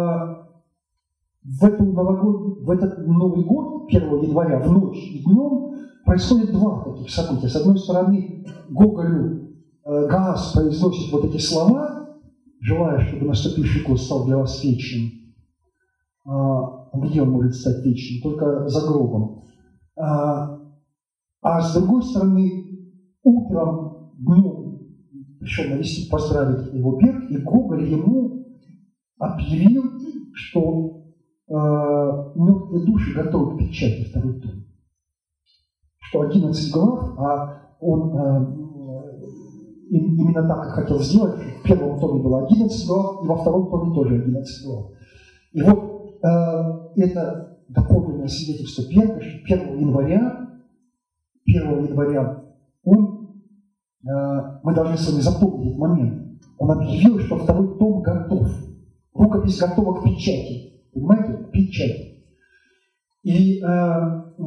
в, эту новогод... в этот Новый год, первого января, в ночь и днем, происходит два таких события. С одной стороны, Гоголю э, Гаас произносит вот эти слова, желая, чтобы наступивший год стал для вас вечным. А, где он может стать вечным? Только за гробом. А, а с другой стороны, утром, днем пришел навестить, поздравить его Берг, и Гоголь ему объявил, что э, мертвые души готовы к печати второй том. Что одиннадцать глав, а он э, именно так и хотел сделать. В первом томе было одиннадцать глав, и во втором томе тоже одиннадцать глав. И вот э, это дополненное свидетельство Берга, что первого января, первого января он, э, мы должны с вами запомнить этот момент, он объявил, что второй том готов. Рукопись готова к печати. Понимаете? К печати. И э, э,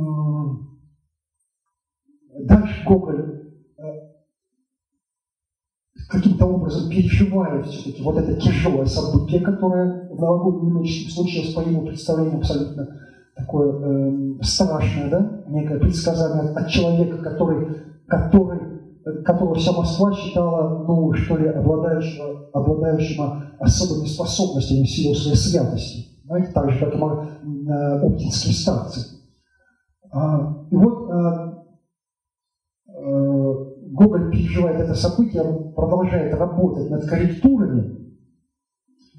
дальше Гоголь э, каким-то образом переживает все-таки вот это тяжелое событие, которое в новогоднюю ночь случилось, по его представлению, абсолютно такое э, страшное, да? Некое предсказание от человека, который, который, которого вся Москва считала, ну, что ли, обладающего, обладающего особыми способностями в силу своей святости. Знаете, так же, как и э, оптинские старцы. А, и вот а, а, Гоголь переживает это событие, он продолжает работать над корректурами.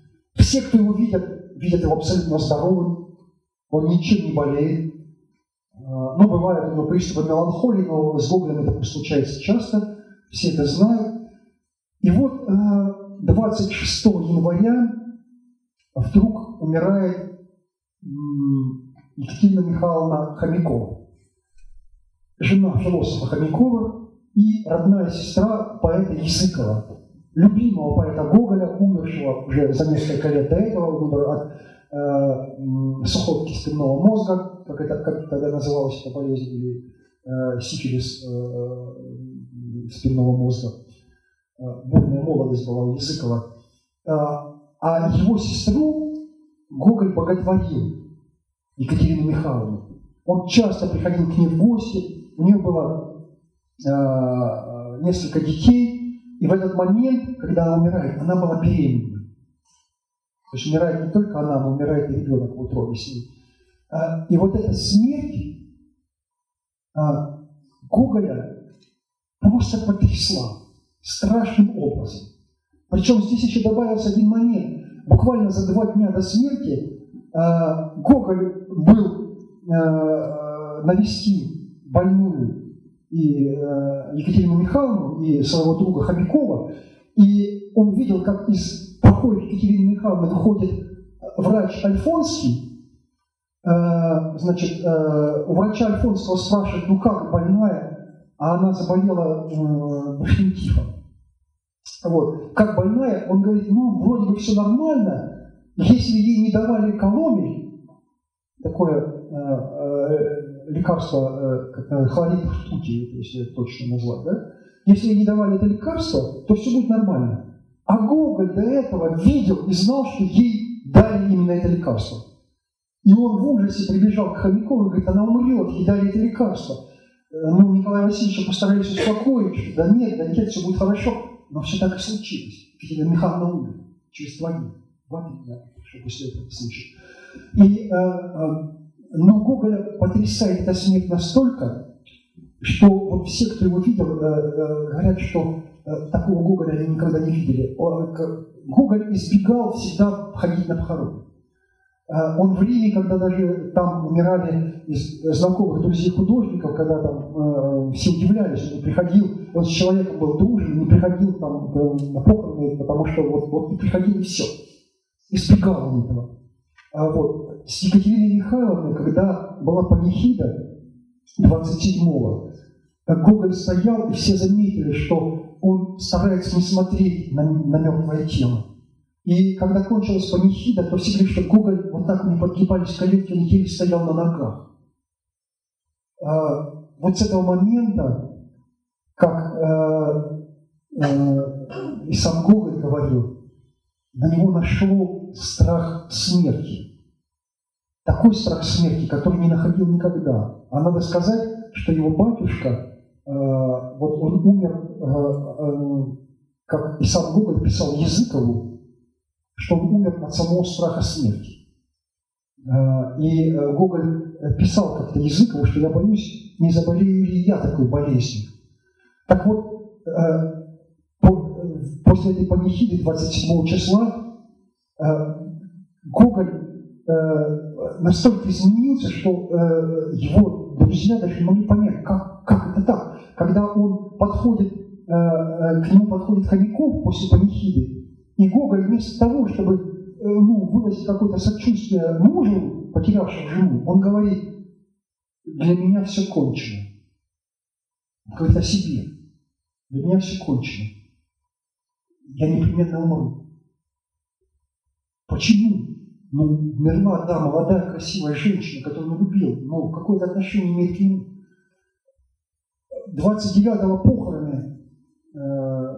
Все, кто его видят, видят его абсолютно здоровым, он ничем не болеет. Ну, бывает у него приступы меланхолии, но с Гоголем это случается часто, все это знают. И вот двадцать шестого января вдруг умирает Екатерина Михайловна Хомякова, жена философа Хомякова и родная сестра поэта Языкова, любимого поэта Гоголя, умершего уже за несколько лет до этого, умер от э, сухотки спинного мозга, как это как тогда называлось, эта болезнь, или э, сифилис э, спинного мозга. Э, бурная молодость была у Языкова. Э, а его сестру Гоголь боготворил, Екатерину Михайловну. Он часто приходил к ней в гости, у нее было э, несколько детей. И в этот момент, когда она умирает, она была беременна. То есть умирает не только она, но умирает и ребенок в утробе с ней. И вот эта смерть Гоголя просто потрясла страшным образом. Причем здесь еще добавился один момент. Буквально за два дня до смерти Гоголь был навестил больную и э, Екатерину Михайловну, и своего друга Хомякова, и он видел, как из покоя Екатерины Михайловны выходит врач Альфонский. Э, значит, э, у врача Альфонского спрашивают, ну как, больная, а она заболела э, брюшным тифом. Вот. Как больная, он говорит, ну, вроде бы все нормально, если ей не давали коломель, такое э, э, лекарство, как хлорид ртути, если точно назвать, да? Если ей не давали это лекарство, то все будет нормально. А Гоголь до этого видел и знал, что ей дали именно это лекарство. И он в ужасе прибежал к Хомякову и говорит, она умрет, ей дали это лекарство. Ну, Николая Васильевича постарались успокоить, что да нет, да нет, все будет хорошо. Но все так и случилось. Екатерина Михайловна умерла через два дня. Два дня, что после этого случая. И э, э, но Гоголя потрясает эта смерть настолько, что вот все, кто его видел, говорят, что такого Гоголя они никогда не видели. Гоголь избегал всегда ходить на похороны. Он в Риме, когда даже там умирали из знакомых друзей художников, когда там все удивлялись, он не приходил, он с человеком был дружен, не приходил там на похороны, потому что вот, вот не приходил и все. Избегал он этого. Вот. С Екатериной Михайловной, когда была панихида двадцать седьмого, Гоголь стоял, и все заметили, что он старается не смотреть на, на мертвое тело. И когда кончилась панихида, то все говорили, что Гоголь вот так у него подгибались коленки, он еле стоял на ногах. А, вот с этого момента, как э, э, и сам Гоголь говорил, на него нашел страх смерти. Такой страх смерти, который не находил никогда. А надо сказать, что его батюшка, э, вот он умер, э, э, как и сам Гоголь писал Языкову, что он умер от самого страха смерти. Э, и э, Гоголь писал как-то Языкову, что я боюсь, не заболею ли я такой болезнью. Так вот, э, по, после этой панихиды двадцать седьмого числа э, Гоголь настолько изменился, что э, его друзья даже не могли понять, как, как это так. Когда он подходит, э, к нему подходит Хомяков после панихиды, и Гоголь вместо того, чтобы э, ну, выразить какое-то сочувствие мужу, потерявшему жену, он говорит, для меня все кончено. Он говорит о себе. Для меня все кончено. Я непременно умру. Почему? Ну, умерла, да, молодая, красивая женщина, которую он любил, но какое-то отношение имеет к нему. двадцать девятого похороны э,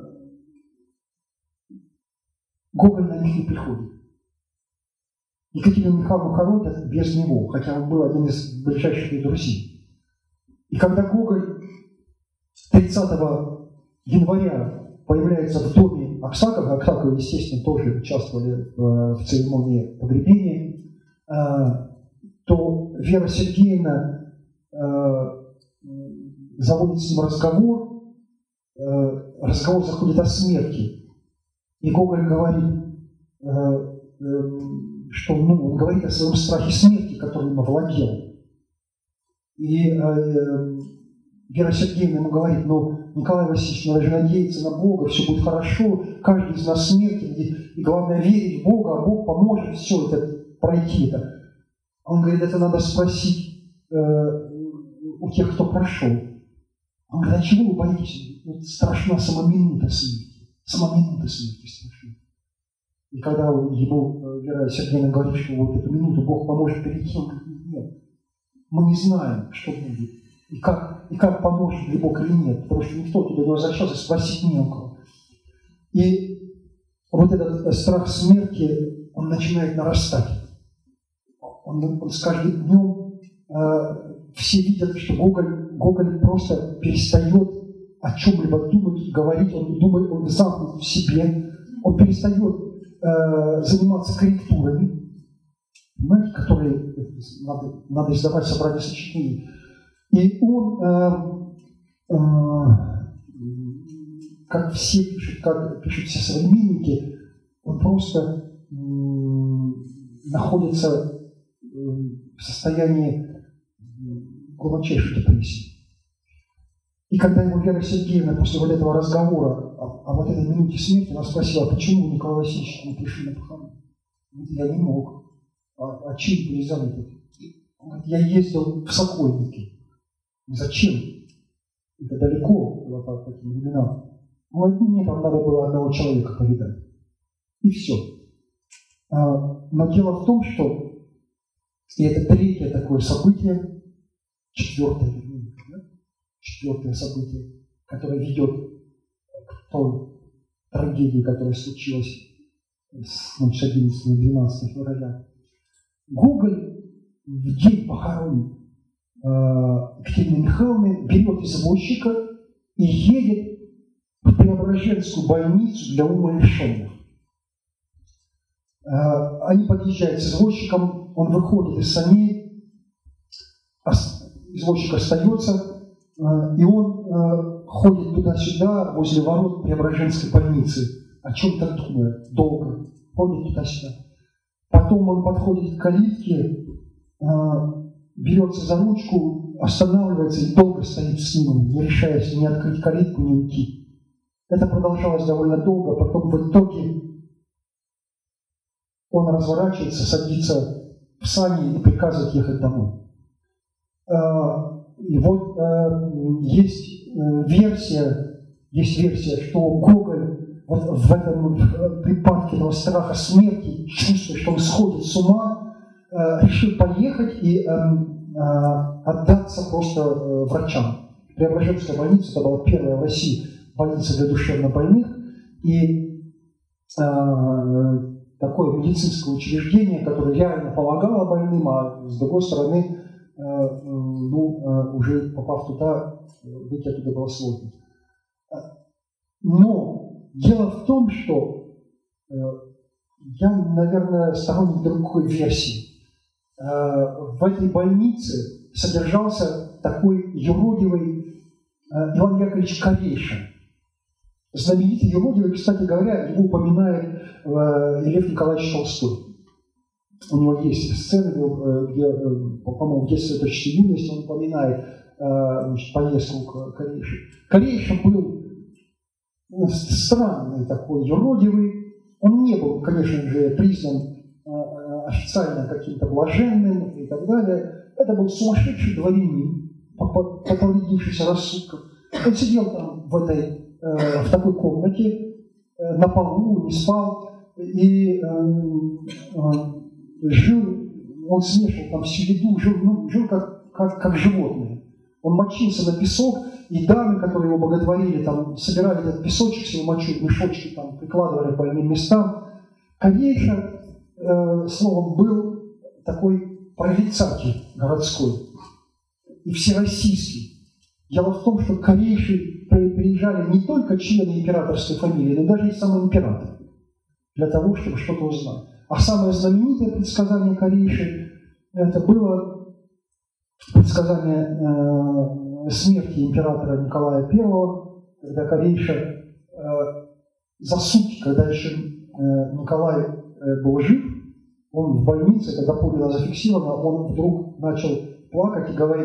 Гоголь на них не приходит. Екатерину Михайловну хоронят без него, хотя он был один из ближайших ее друзей. И когда Гоголь тридцатого января появляется в доме Аксакова, Аксаковы, естественно, тоже участвовали в, в церемонии погребения, э, то Вера Сергеевна э, заводит с ним разговор, э, разговор заходит о смерти. И Гоголь говорит, э, э, что ну, он говорит о своем страхе смерти, который им овладел. И э, Вера Сергеевна ему говорит: ну, Николай Васильевич, надо же надеяться на Бога, все будет хорошо, каждый из нас смертен, и, и главное верить в Бога, а Бог поможет все это пройти. Это. Он говорит: это надо спросить э, у тех, кто прошел. Он говорит: а чего вы боитесь? Вот страшна сама минута смерти. Сама минута смерти страшна. И когда ему Вера Сергеевна говорит, что вот эту минуту Бог поможет перейти, он говорит: нет, мы не знаем, что будет. И как, и как поможет ли Бог или нет, потому что никто туда не возвращался, спросить не у кого. И вот этот страх смерти, он начинает нарастать. Он, он с каждым днем э, все видят, что Гоголь, Гоголь просто перестает о чем-либо думать, говорить, он думает, он замкнут в себе, он перестает э, заниматься корректурами, понимаете, которые надо, надо издавать собрание сочинений. И он, э, э, как все пишут, как пишут все современники, он просто э, находится в состоянии глубочайшей депрессии. И когда его Вера Сергеевна после вот этого разговора о, о вот этой минуте смерти, она спросила: почему Николай Васильевич не пришли на похороны? Я не мог. А, а чем были заняты? Я ездил в Сокольники. Зачем? Это далеко было по таким временам. Ну, мне там надо было одного человека повидать. И все. А, но дело в том, что и это третье такое событие, четвертое, четвертое событие, которое ведет к той трагедии, которая случилась с одиннадцатого-двенадцатого февраля. Гоголь в день похорон Екатерины Михайловны берет извозчика и едет в Преображенскую больницу для умалишенных. Они подъезжают с извозчиком, он выходит из саней, извозчик остается, и он ходит туда-сюда, возле ворот Преображенской больницы, о чем-то думая, долго, ходит туда-сюда. Потом он подходит к калитке, берется за ручку, останавливается и долго стоит с ним, не решаясь ни открыть калитку, ни уйти. Это продолжалось довольно долго, потом в итоге он разворачивается, садится в сани и приказывает ехать домой. И вот есть версия, есть версия, что Гоголь вот в этом припадке этого страха смерти, чувствуя, что он сходит с ума, решил поехать и отдаться просто врачам. Преображенская больница, это была первая в России больница для душевнобольных, и такое медицинское учреждение, которое реально помогало больным, а с другой стороны, ну, уже попав туда, выйти оттуда было сложно. Но дело в том, что я, наверное, сторонник другой версии. В этой больнице содержался такой юродивый Иван Яковлевич Корейшин. Знаменитый юродивый, кстати говоря, его упоминает Лев Николаевич Толстой. У него есть сцены, где, по-моему, в детстве точно юности он упоминает значит, поездку к Корейшину. Корейшин был ну, странный такой, юродивый. Он не был, конечно же, признан официально каким-то блаженным и так далее. Это был сумасшедший дворянин, повредившийся рассудком. Он сидел там в, этой, в такой комнате, на полу, не спал, и жил, он смешивал там всю еду, жил, ну, жил как, как, как животное. Он мочился на песок, и дамы, которые его боготворили, там, собирали этот песочек с его мочой, мешочки, там, прикладывали к больным местам. Корейша, э, словом, был такой прорицатель городской и всероссийский. Дело в том, что к Корейше приезжали не только члены императорской фамилии, но даже и сам император, для того, чтобы что-то узнать. А самое знаменитое предсказание Корейши – это было предсказание э, смерти императора Николая Первого, когда Корейша э, за сутки, когда еще э, Николай э, был жив, он в больнице, когда пуля была зафиксирована, он вдруг начал плакать и говорит: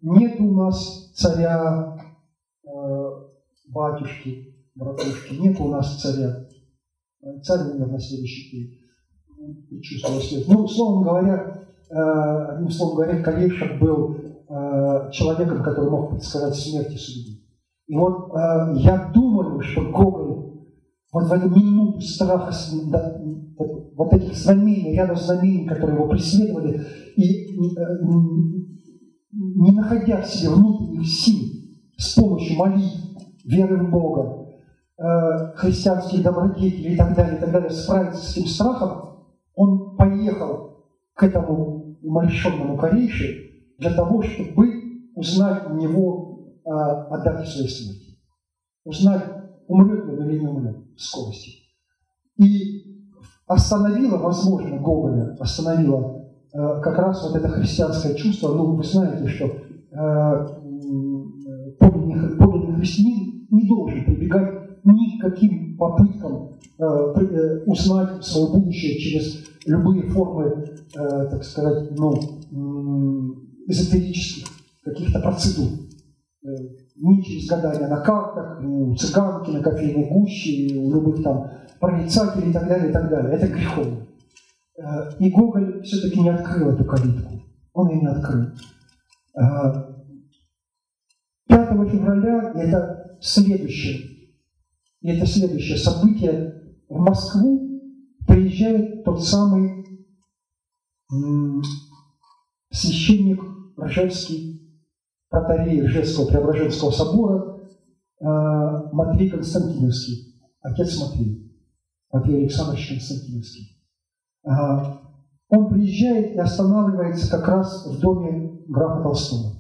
нет у нас царя, э, батюшки, братушки, нет у нас царя. Царь умер на следующий день. Чувствовал след. Ну, словом говоря, э, одним словом говоря, Калейшак был э, человеком, который мог предсказать смерть и судьбу. И вот э, я думаю, что Гоголь вот в эту минуту страха, да, вот, вот этих знамений, ряда знамений, которые его преследовали, и э, не находя в себе внутренних сил с помощью молитв, веры в Бога, э, христианских добродетелей и так далее, и так далее, справиться с этим страхом, он поехал к этому умалишенному Калейше для того, чтобы узнать у него э, о дате своей смерти. Узнать, умрет ли он или не умрет в скорости. И остановило, возможно, Гоголя, остановило э, как раз вот это христианское чувство. Ну, вы знаете, что э, подлинный, подлинный христианин не должен прибегать ни к каким попыткам э, э, узнать свое будущее через любые формы, э, так сказать, ну, э, эзотерических каких-то процедур. Э, ни через гадания на картах, у цыганки, на кофейной гуще, у любых там прорицателей и так далее, и так далее. Это греховно. Э, и Гоголь все-таки не открыл эту калитку. Он ее не открыл. Э, пятого февраля это следующее. И это следующее событие. В Москву приезжает тот самый м- священник Ржевский, протоиерей Ржевского Преображенского собора, э, Матвей Константиновский, отец Матвей, Матвей Александрович Константиновский. Э, он приезжает и останавливается как раз в доме графа Толстого.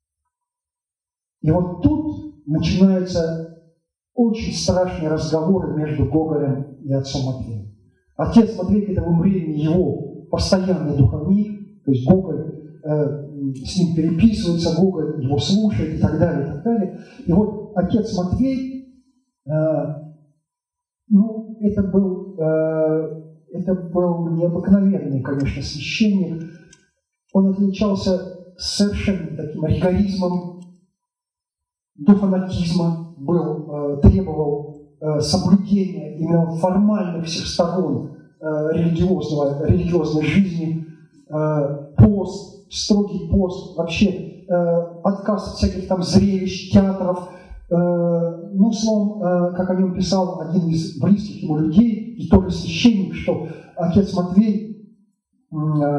И вот тут начинаются очень страшные разговоры между Гоголем и отцом Матвеем. Отец Матвей к этому времени его постоянный духовник, то есть Гоголь э, с ним переписывается, Гоголь его слушает и так далее, и так далее. И вот отец Матвей, э, ну, это был, э, это был необыкновенный, конечно, священник. Он отличался совершенно таким ригоризмом, до фанатизма, был, э, требовал э, соблюдения именно формальных всех сторон э, религиозного, религиозной жизни, э, пост, строгий пост, вообще э, отказ от всяких там зрелищ, театров. Э, ну, словом, э, как о нем писал один из близких ему людей, и тоже священник, что отец Матвей, э,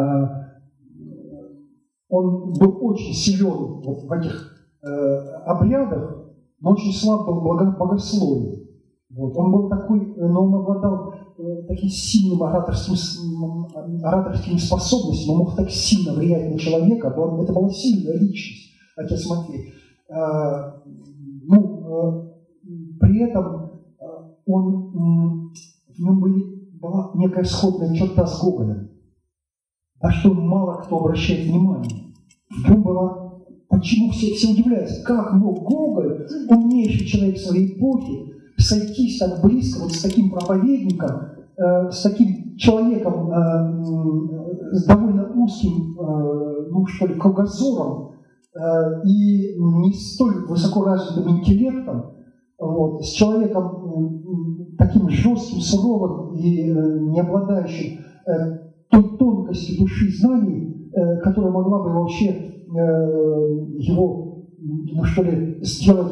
он был очень силен вот в этих обрядах, но очень слаб был в богословии. Вот. Он был такой, но он обладал э, таким сильным ораторским, ораторскими способностями, он мог так сильно влиять на человека, это была сильная личность, отец Матвей. Э, ну, э, при этом э, он, э, в нем были, была некая сходная черта с Гоголем, на что мало кто обращает внимание. В нем была. Почему все, все удивляются, как мог Гоголь, умнейший человек своей эпохи, сойтись так близко вот с таким проповедником, э, с таким человеком э, с довольно узким, э, ну что ли, кругозором э, и не столь высоко развитым интеллектом, вот, с человеком э, таким жестким, суровым и э, не обладающим э, той тонкостью души знаний, э, которая могла бы вообще его, ну что ли, сделать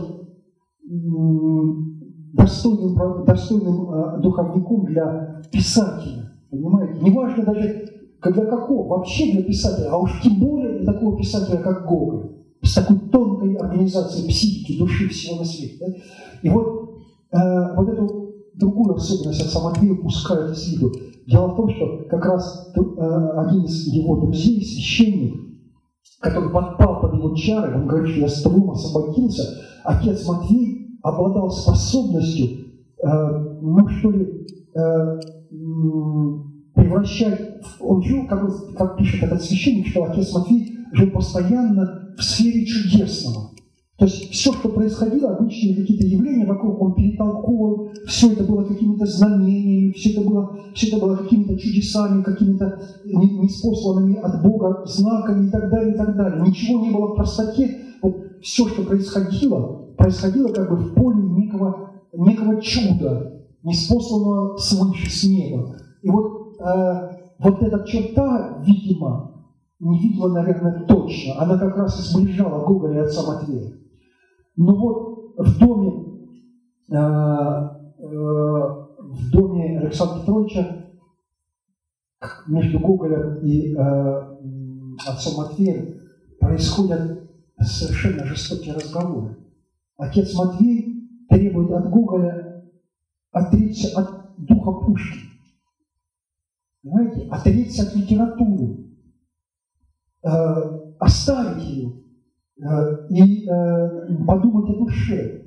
достойным, достойным духовником для писателя. Понимаете? Неважно даже для какого, вообще для писателя, а уж тем более для такого писателя, как Гоголь, с такой тонкой организацией психики, души всего на свете. Да? И вот, э, вот эту другую особенность отца Матвея упускают из виду. Дело в том, что как раз э, один из его друзей, священник, который подпал под его чары, он говорит, что я с трудом освободился, отец Матвей обладал способностью, э, ну что ли, э, превращать, он жил, как, как пишет этот священник, что отец Матвей жил постоянно в сфере чудесного. То есть все, что происходило, обычные какие-то явления вокруг, он перетолковывал, все это было какими-то знамениями, все это было, все это было какими-то чудесами, какими-то неспосланными от Бога знаками и так далее, и так далее. Ничего не было в простоте. Вот все, что происходило, происходило как бы в поле некого, некого чуда, неспосланного свыше, с неба. И вот, э, вот эта черта, видимо, не видела, наверное, точно, она как раз и сближала Гоголя и отца Матвея. Но вот в доме, э, э, в доме Александра Петровича между Гоголем и э, отцом Матвеем происходят совершенно жестокие разговоры. Отец Матвей требует от Гоголя отречься от духа Пушкина. Понимаете? Отречься от литературы, э, оставить ее э, и э, подумать о душе.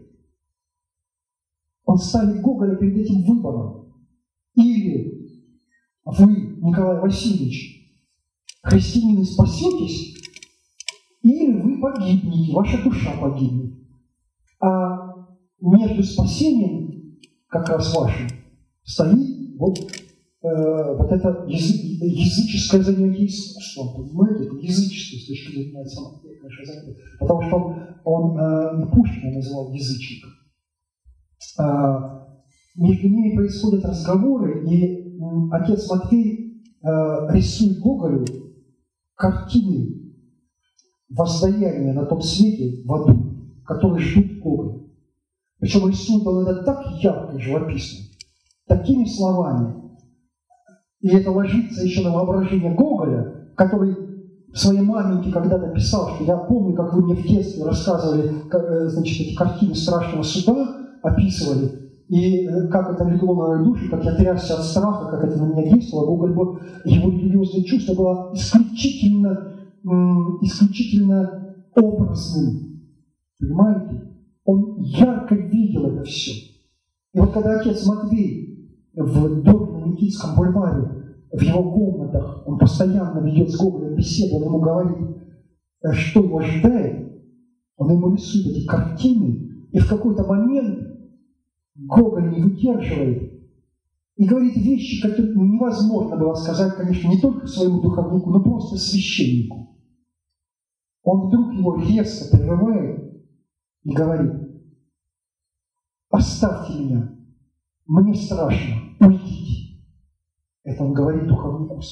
Он ставит Гоголя перед этим выбором. Или вы, Николай Васильевич, христианины, спасетесь, или вы погибнете, ваша душа погибнет. А между спасением, как раз вашим, стоит вот, э, вот это язы, языческое занятие искусством, понимаете? Это язычество с точки зрения отца Матвея, конечно, занятие. Потому что он, он э, Пушкина называл язычником. А, между ними происходят разговоры, и м, отец Матвей э, рисует Гоголю картины воздаяния на том свете в аду, которые ждут Гоголя. Причем рисует он это так ярко и живописно, такими словами. И это ложится еще на воображение Гоголя, который своей маменьке когда-то писал, что я помню, как вы мне в детстве рассказывали, как, значит, эти картины страшного суда, описывали, и как это легло на мою душу, как я трясся от страха, как это на меня действовало. Гоголь был, его религиозное чувство было исключительно, исключительно образным. Понимаете? Он ярко видел это все. И вот когда отец Матвей в доме на Никитском бульваре, в его комнатах, он постоянно ведет с Гоголем беседу, он ему говорит, что его ожидает, он ему рисует эти картины, и в какой-то момент Гоголь не выдерживает и говорит вещи, которые невозможно было сказать, конечно, не только своему духовнику, но просто священнику. Он вдруг его резко прерывает и говорит: «Оставьте меня, мне страшно, уйдите». Это он говорит духовнику.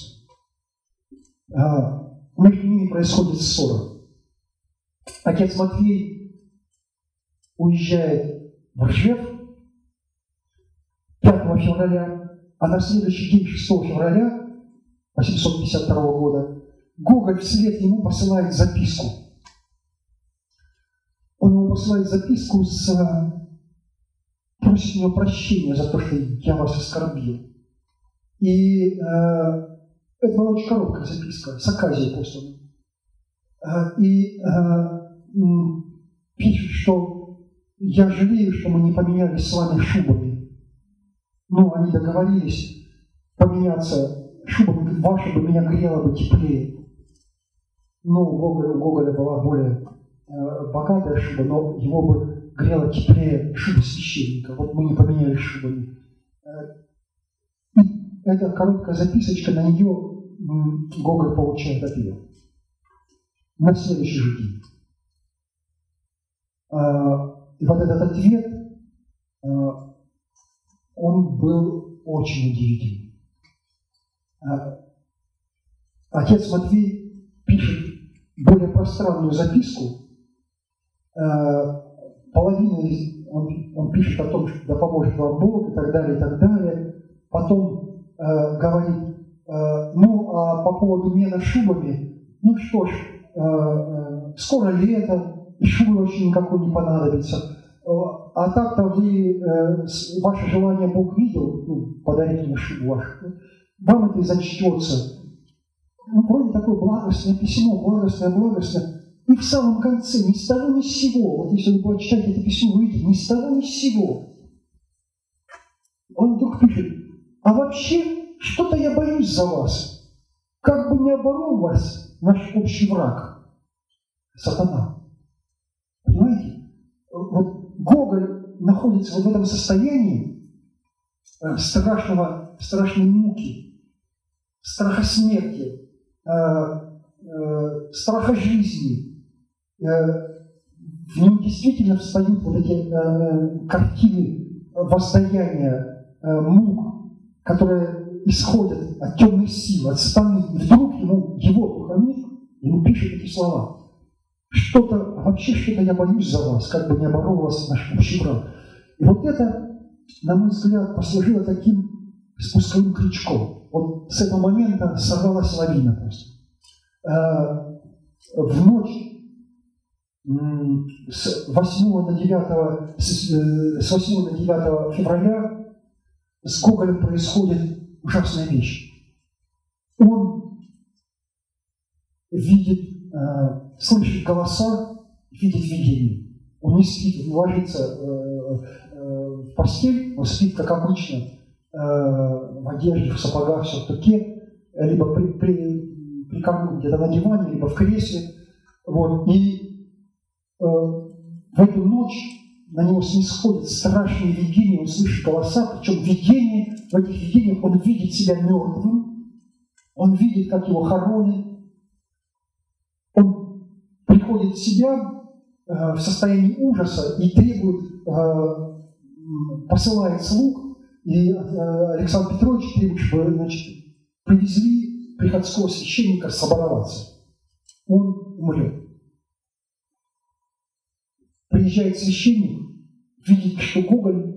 А, между ними происходит ссора. Отец Матвей уезжает в Ржев пятого февраля, а на следующий день, шестого февраля восемьсот пятьдесят второго года, Гоголь вслед ему посылает записку. Он ему посылает записку с просит у него прощения за то, что я вас оскорбил. И э, это была очень короткая записка, с оказией послана. Э, и э, пишет, что я жалею, что мы не поменялись с вами шубами. Ну, они договорились поменяться шубами, ваша бы меня грела бы теплее. Ну, у Гоголя, у Гоголя была более э, богатая шуба, но его бы грела теплее шуба священника. Вот мы не поменялись шубами. И эта короткая записочка, на нее м, Гоголь получает ответ. На следующий же день. А, и вот этот ответ, а, он был очень удивительный. А, отец Матвей пишет более пространную записку. А, половина из, он, он пишет о том, что да поможет вам Бог и так далее, и так далее. Потом э, говорит, э, ну, а по поводу мена шубами, ну что ж, э, э, скоро лето, и шубы вообще никакой не понадобится. Э, а так-то вы, э, с, ваше желание Бог видел, ну, подарите мне шубу вашу, вам это и зачтется. Ну, вроде такое благостное письмо, благостное, благостное. И в самом конце, ни с того ни с сего, вот если вы будете читать это письмо, вы видите, ни с того ни с сего. Он вдруг пишет: а вообще, что-то я боюсь за вас. Как бы не оборол вас наш общий враг, сатана. Понимаете? Гоголь находится вот в этом состоянии э, страшного, страшной муки, страха смерти, э, э, страха жизни. Э, в нем действительно встают вот эти э, картины воздаяния, э, мук, которые исходят от темных сил, от сатаны. И вдруг ему, его духовник, ему пишет эти слова. Что-то, вообще что-то я боюсь за вас, как бы не оборвал вас наш общий враг. И вот это, на мой взгляд, послужило таким спусковым крючком. Вот с этого момента сорвалась лавина просто. В ночь с восьмого на девятое, с восьмого на девятое февраля с Гоголем происходит ужасная вещь. Он видит, слышит голоса, видит видение. Он не спит, он ложится э, э, в постель, он спит, как обычно, э, в одежде, в сапогах, в сюртуке, либо при, при, при где-то на диване, либо в кресле. Вот. И э, в эту ночь на него снисходят страшные видения, он слышит голоса, причем видения, в этих видениях он видит себя мертвым, он видит, как его хоронят. Он приходит в себя э, в состоянии ужаса и требует, э, посылает слуг, и э, Александр Петрович требует, чтобы, значит, привезли приходского священника собороваться. Он умрет. Приезжает священник, видит, что Гоголь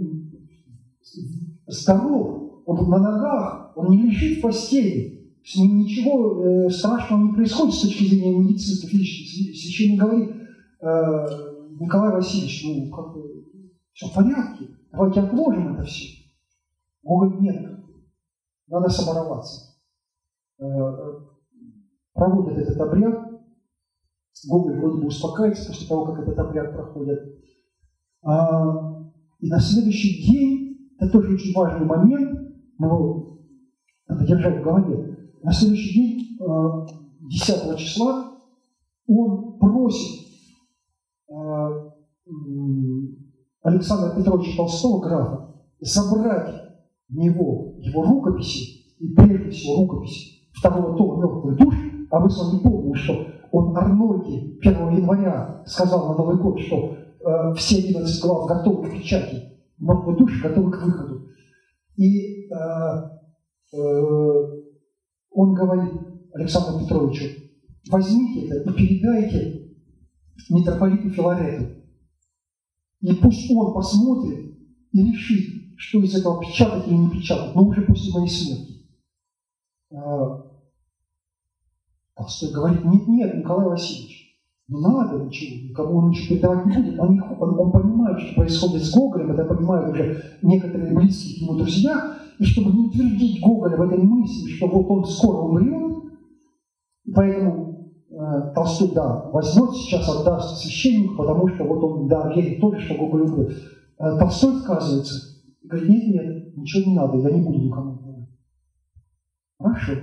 здоров, он на ногах, он не лежит в постели. С ним ничего э, страшного не происходит с точки зрения медицинской, физической. Священник говорит: э, Николай Васильевич, ну как бы все в порядке, давайте отложим это все. Гоголь: нет, надо собороваться. Э, проводят этот обряд, Гоголь вроде бы успокаивается после того, как этот обряд проходит. А, и на следующий день, это тоже очень важный момент, мы его надо держать в голове. На следующий день, десятого числа, он просит Александра Петровича Толстого, графа, забрать в него его рукописи, и прежде всего рукописи второго тома «Мертвых душ». А вы с вами помните, что он Арнольде первого января сказал на Новый год, что э, все одиннадцать глав готовы к печати, «Мертвые души» готовы к выходу. И э, э, он говорит Александру Петровичу: возьмите это и передайте митрополиту Филарету. И пусть он посмотрит и решит, что из этого печатать или не печатать, но уже после моей смерти. Толстой говорит: нет, нет, Николай Васильевич, не надо ничего, никому он ничего передавать не будет. Он, он, он понимает, что происходит с Гоголем, это понимают уже некоторые близкие к нему друзья, и чтобы не утвердить Гоголя в этой мысли, что вот он скоро умрет, поэтому э, Толстой, да, возьмет, сейчас отдаст священнику, потому что вот он, да, верит тоже, что Гоголь умрет. Э, Толстой отказывается, говорит: нет, нет, ничего не надо, я не буду никому говорить. Хорошо.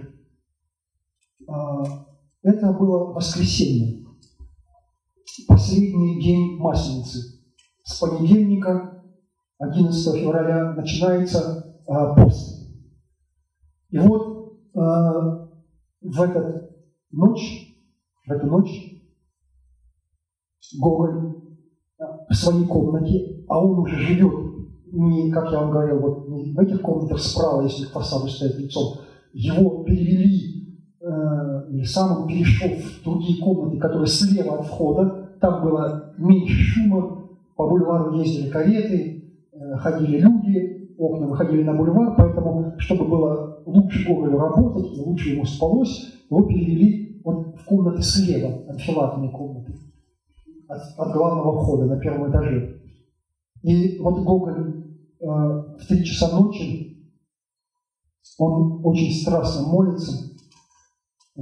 Э, это было воскресенье, последний день Масленицы. С понедельника, одиннадцатого февраля, начинается пост. И вот э, в эту ночь, в эту ночь Гоголь в своей комнате, а он уже живет не, как я вам говорил, вот не в этих комнатах справа, если к фасаду стоит лицом, его перевели, э, или сам он перешел в другие комнаты, которые слева от входа, там было меньше шума, по бульвару ездили кареты, э, ходили люди, окна выходили на бульвар, поэтому, чтобы было лучше Гоголю работать, лучше ему спалось, его перевели вот в комнаты слева, анфиладные комнаты, от, от главного входа на первом этаже. И вот Гоголь э, в три часа ночи, он очень страстно молится, э,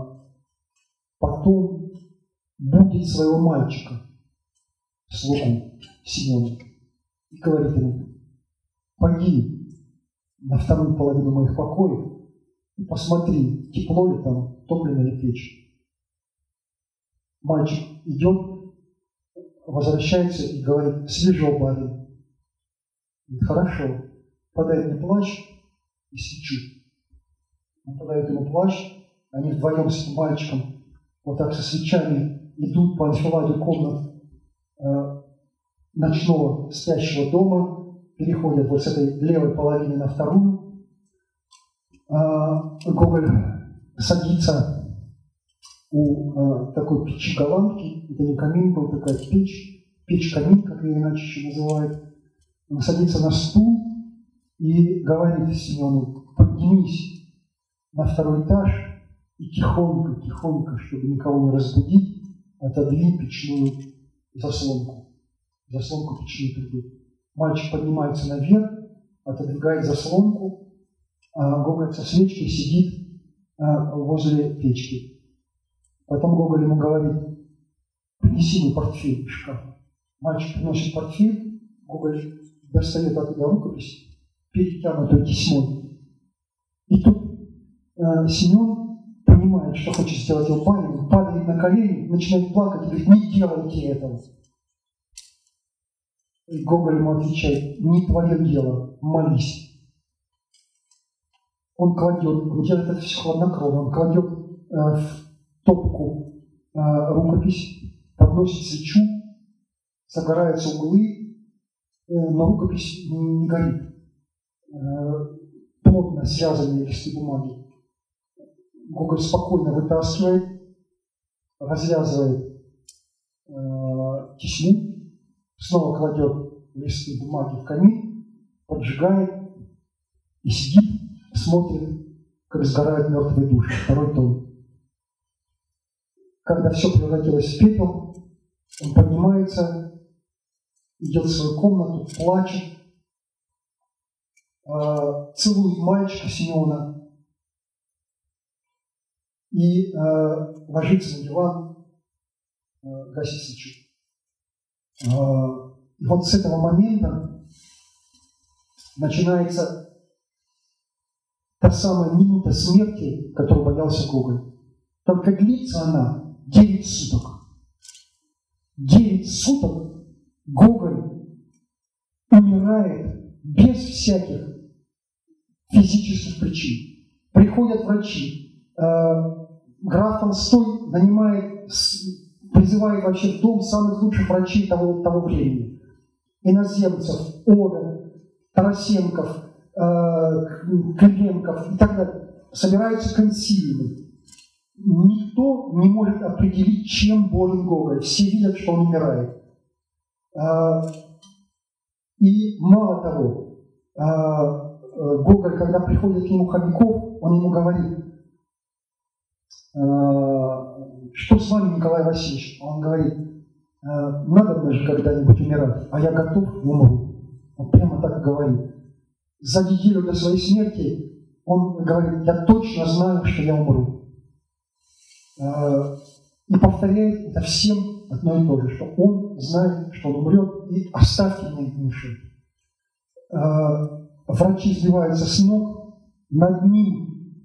потом будет своего мальчика, слугу Семена, и говорит ему: пойди на вторую половину моих покоев и посмотри, тепло ли там, топлена ли печь. Мальчик идет, возвращается и говорит: свежо, барин. Говорит: хорошо, подай мне плащ и свечу. Он подает ему плащ, они вдвоем с этим мальчиком вот так со свечами идут по анфиладу комнат э, ночного спящего дома, переходят вот с этой левой половины на вторую. Э, Гоголь садится у э, такой печи-голландки, это не камин был, такая печь, печь-камин, как ее иначе еще называют. Он садится на стул и говорит Семену: поднимись на второй этаж и тихонько, тихонько, чтобы никого не разбудить, отодвинь печную заслонку. Заслонку печную придут. Мальчик поднимается наверх, отодвигает заслонку, а Гоголь со свечкой сидит а, возле печки. Потом Гоголь ему говорит: принеси мне портфель из шкафа. Мальчик приносит портфель, Гоголь достает оттуда рукопись, перетянутую тесьмой. И тут э, Семен понимает, что хочет сделать его барин, падает на колени, начинает плакать и говорит: не делайте этого. И Гоголь ему отвечает: не твое дело, молись. Он кладет, он делает это все хладнокровно, он кладет э, в топку э, рукопись, подносит свечу, загораются углы, э, но рукопись не горит. Э, плотно связанные листы бумаги. Гоголь спокойно вытаскивает, развязывает э, тесьму, снова кладет листы бумаги в камин, поджигает и сидит, смотрит, как сгорают мертвые души. Второй том. Когда все превратилось в пепел, он поднимается, идет в свою комнату, плачет, э, целует мальчика Семена и э, ложится на диван, э, гасит свечу. Э, и вот с этого момента начинается та самая минута смерти, которую боялся Гоголь. Только длится она девять суток. Девять суток Гоголь умирает без всяких физических причин. Приходят врачи. Граф Толстой нанимает, призывает вообще в дом самых лучших врачей того, того времени. Иноземцев, Овен, Тарасенков, Кривенков и так далее. Собираются консилиумы. Никто не может определить, чем болен Гоголь. Все видят, что он умирает. И мало того, Гоголь, когда приходит к нему Хомяков, он ему говорит: что с вами, Николай Васильевич? Он говорит: надо мне же когда-нибудь умирать, а я готов и умру. Он прямо так и говорит. За неделю до своей смерти он говорит: я точно знаю, что я умру. И повторяет это всем одно и то же, что он знает, что он умрет, и оставьте меня не мешать. Врачи сбиваются с ног, над ним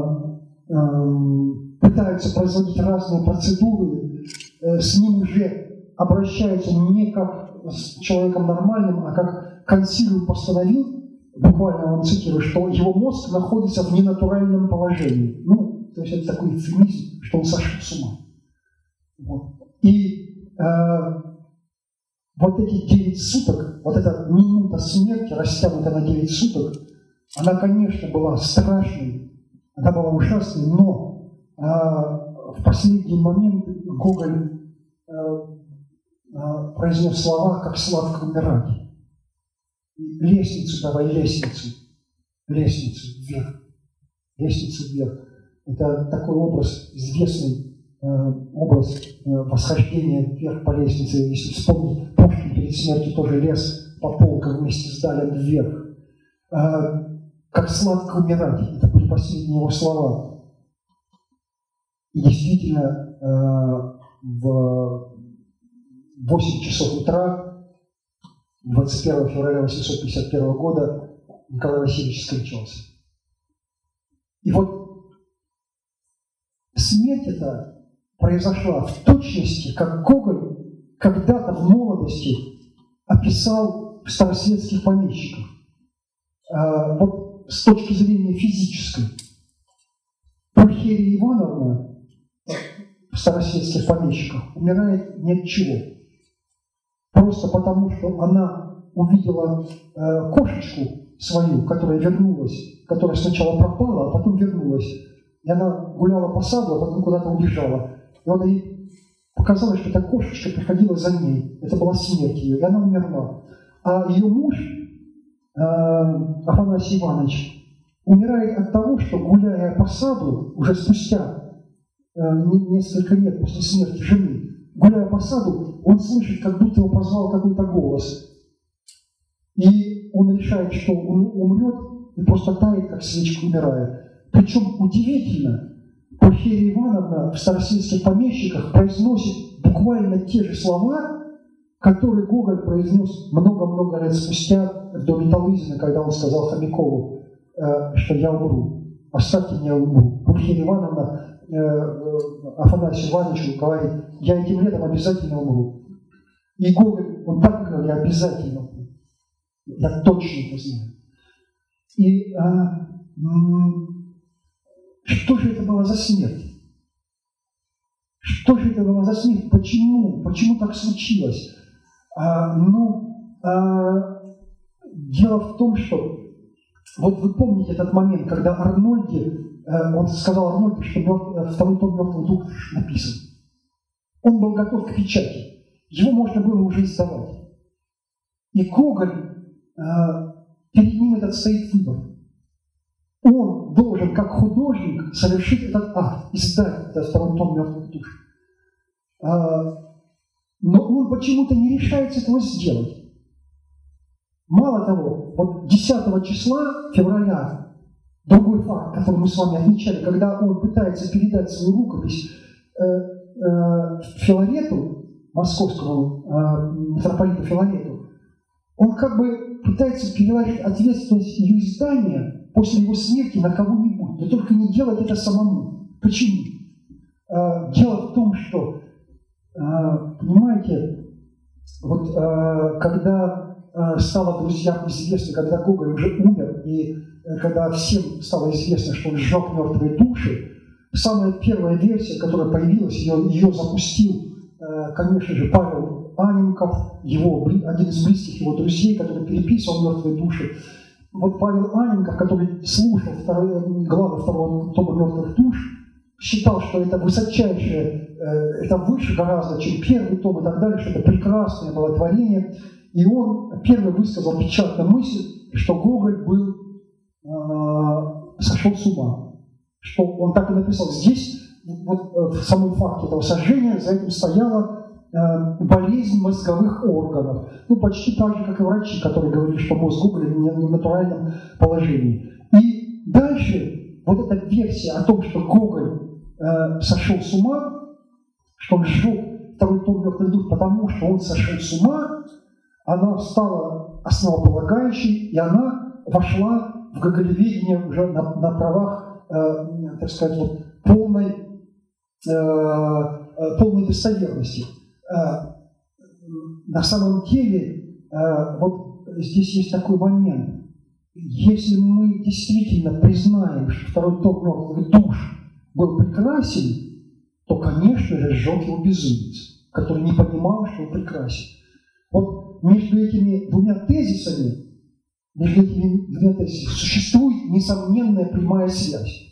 пытаются производить разные процедуры, с ним уже обращаются не как с человеком нормальным, а как консилиум постановил, буквально вам цитирую, что его мозг находится в ненатуральном положении. Ну, то есть это такой эвфемизм, что он сошел с ума. Вот. И э, вот эти девять суток, вот эта минута смерти, растянутая на девять суток, она, конечно, была страшной, она была ужасной, но э, в последний момент Гоголь э, э, произнес слова: как сладко умирать. Лестницу давай, лестницу, лестницу вверх, лестницу вверх. Это такой образ, известный э, образ э, восхождения вверх по лестнице. Если вспомнить, Пушкин перед смертью тоже лез по полкам вместе с Далем вверх. Э, как сладко умирать, это были последние его слова. И действительно, э, в восемь часов утра двадцать первого февраля восемьсот пятьдесят первого года Николай Васильевич скончался. И вот смерть эта произошла в точности, как Гоголь когда-то в молодости описал старосветских помещиков. А, вот с точки зрения физической. Пульхерия Ивановна в старосветских помещиках умирает ни от чего. Просто потому, что она увидела э, кошечку свою, которая вернулась, которая сначала пропала, а потом вернулась. И она гуляла по саду, а потом куда-то убежала. И он ей показалось, что эта кошечка приходила за ней. Это была смерть ее, и она умерла. А ее муж, э, Афанасий Иванович, умирает от того, что, гуляя по саду, уже спустя э, несколько лет после смерти жены, гуляя по саду, он слышит, как будто его позвал какой-то голос. И он решает, что он умрет, и просто тает, как свечка, умирает. Причем удивительно, Пульхерия Ивановна в старосветских помещиках произносит буквально те же слова, которые Гоголь произнес много-много лет спустя в доме Талызина, когда он сказал Хомякову, что я умру, оставьте меня, умру. Пульхерия Ивановна Афанасию Ивановичу говорит, я этим летом обязательно умру. И Гоголь, он так говорил, я обязательно умру. Я точно это знаю. И а, м- что же это была за смерть? Что же это была за смерть? Почему? Почему так случилось? А, ну, а, дело в том, что вот вы помните этот момент, когда Арнольди, он сказал Арнольди, что мертв, второй том «Мертвых душ» написан. Он был готов к печати. Его можно было уже издавать. И Гоголь, перед ним этот стоит выбор. Он должен, как художник, совершить этот акт, издать этот второй том «Мертвых душ». Но он почему-то не решается этого сделать. Мало того, вот десятого числа февраля, другой факт, который мы с вами отмечали, когда он пытается передать свою рукопись э, э, Филарету, московскому э, митрополиту Филарету, он как бы пытается переложить ответственность ее издания после его смерти на кого-нибудь, но только не делать это самому. Почему? Э, дело в том, что, э, понимаете, вот э, когда стало друзьям известно, когда Гоголь уже умер, и когда всем стало известно, что он сжег мертвые души, самая первая версия, которая появилась, ее, ее запустил, конечно же, Павел Анненков, его, один из близких его друзей, который переписывал мертвые души. Вот Павел Анненков, который слушал второй, главы второго тома «Мертвых душ», считал, что это высочайшее, это выше гораздо, чем первый том и так далее, что это прекрасное было творение. И он первый высказал печатную мысль, что Гоголь был, э, сошел с ума. Что он так и написал. Здесь, вот, в самом факте этого сожжения, за этим стояла э, болезнь мозговых органов. Ну, почти так же, как и врачи, которые говорили, что мозг Гоголя не в натуральном положении. И дальше вот эта версия о том, что Гоголь э, сошел с ума, что он сжег второй том «Мертвых душ», потому что он сошел с ума, она стала основополагающей, и она вошла в гоголеведение уже на, на правах, э, так сказать, вот, полной, э, полной достоверности. Э, на самом деле, э, вот здесь есть такой момент. Если мы действительно признаем, что второй том «Мертвых душ» был прекрасен, то, конечно же, сжег его безумец, который не понимал, что он прекрасен. Вот между этими двумя тезисами, между этими двумя тезисами существует несомненная прямая связь.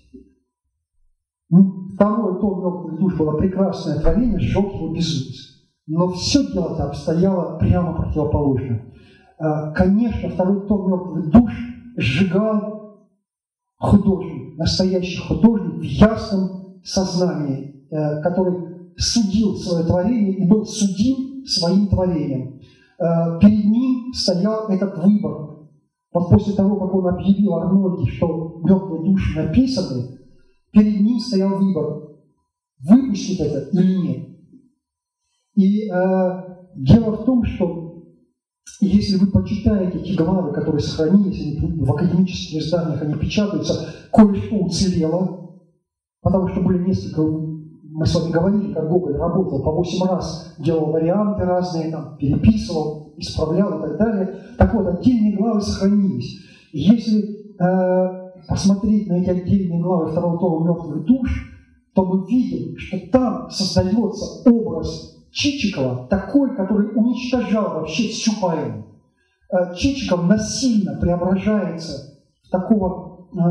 Второй том «Мертвых душ» было прекрасное творение, сжег его безумец. Но все дело-то обстояло прямо противоположно. Конечно, второй том «Мертвых душ» сжигал художник, настоящий художник в ясном сознании, который судил свое творение и был судим своим творением. Перед ним стоял этот выбор. Вот после того, как он объявил Арнольди, что «Мертвые души» написаны, перед ним стоял выбор, выпустить это или нет. И э, дело в том, что если вы почитаете эти главы, которые сохранились, они, в академических изданиях они печатаются, кое-что уцелело, потому что были несколько мы с вами говорили, как Гоголь работал, по восемь раз делал варианты разные, там, переписывал, исправлял и так далее. Так вот, отдельные главы сохранились. И если э, посмотреть на эти отдельные главы второго тома «Мертвых душ», то мы видим, что там создается образ Чичикова такой, который уничтожал вообще всю поэму. Э, Чичиков насильно преображается в такого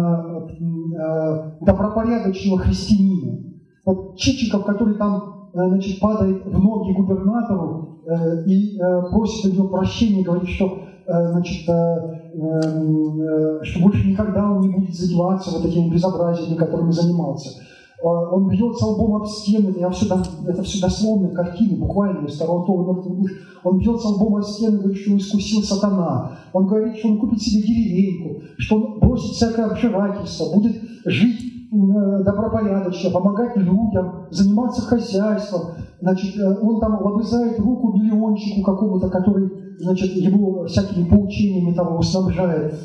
добропорядочного христианина. Вот Чичиков, который там, значит, падает в ноги губернатору э, и э, просит у него прощения, говорит, что, э, значит, э, э, что больше никогда он не будет заниматься вот этими безобразиями, которыми занимался. Э, он бьется лбом об стену, это, все, это все дословные картины, буквально из второго тома «Мертвых душ». Он бьется лбом об стену, говорит, что его искусил сатана. Он говорит, что он купит себе деревеньку, что он бросит всякое обжирательство, будет жить добропорядочно, помогать людям, заниматься хозяйством. Значит, он там лобызает руку миллиончику какому-то, который, значит, его всякими поучениями там его снабжает.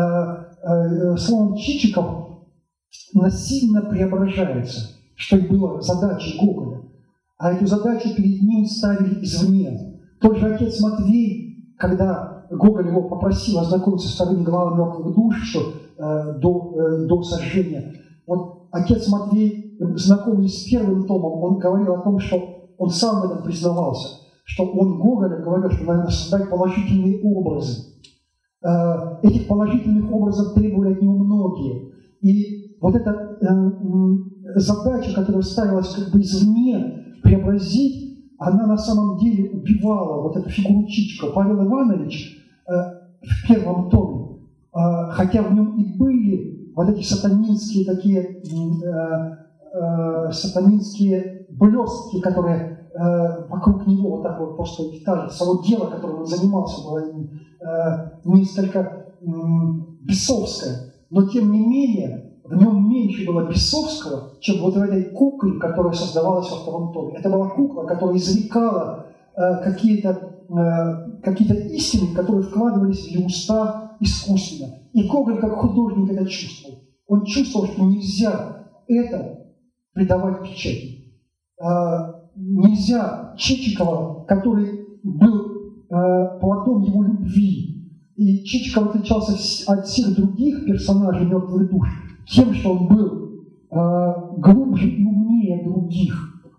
Словом, Чичиков насильно преображается, что и было задачей Гоголя. А эту задачу перед ним ставили извне. Тот же отец Матвей, когда Гоголь его попросил ознакомиться с вторыми главами «Мертвых душ» еще э, до, э, до сожжения, вот отец Матвей, знакомый с первым томом, он говорил о том, что он сам в этом признавался, что он Гоголя говорил, что надо создать положительные образы. Э, этих положительных образов требовали от него многие. И вот эта э, задача, которая ставилась как бы извне, преобразить, она на самом деле убивала вот эту фигуру Чичикова. Павел Иванович э, в первом томе, э, хотя в нем и были вот эти сатанинские такие э, э, сатанинские блестки, которые э, вокруг него вот так вот просто витали, само дело, которым он занимался, было э, несколько э, бесовское, но тем не менее в нем меньше было бесовского, чем вот в этой кукле, которая создавалась во втором томе. Это была кукла, которая извлекала э, какие-то э, какие-то истины, которые вкладывались в ее уста искусственно. И Гоголь, как художник, это чувствовал. Он чувствовал, что нельзя это придавать печати. Э, нельзя Чичикова, который был э, плодом его любви. И Чичиков отличался от всех других персонажей «Мертвых душ» тем, что он был э, глубже и умнее других.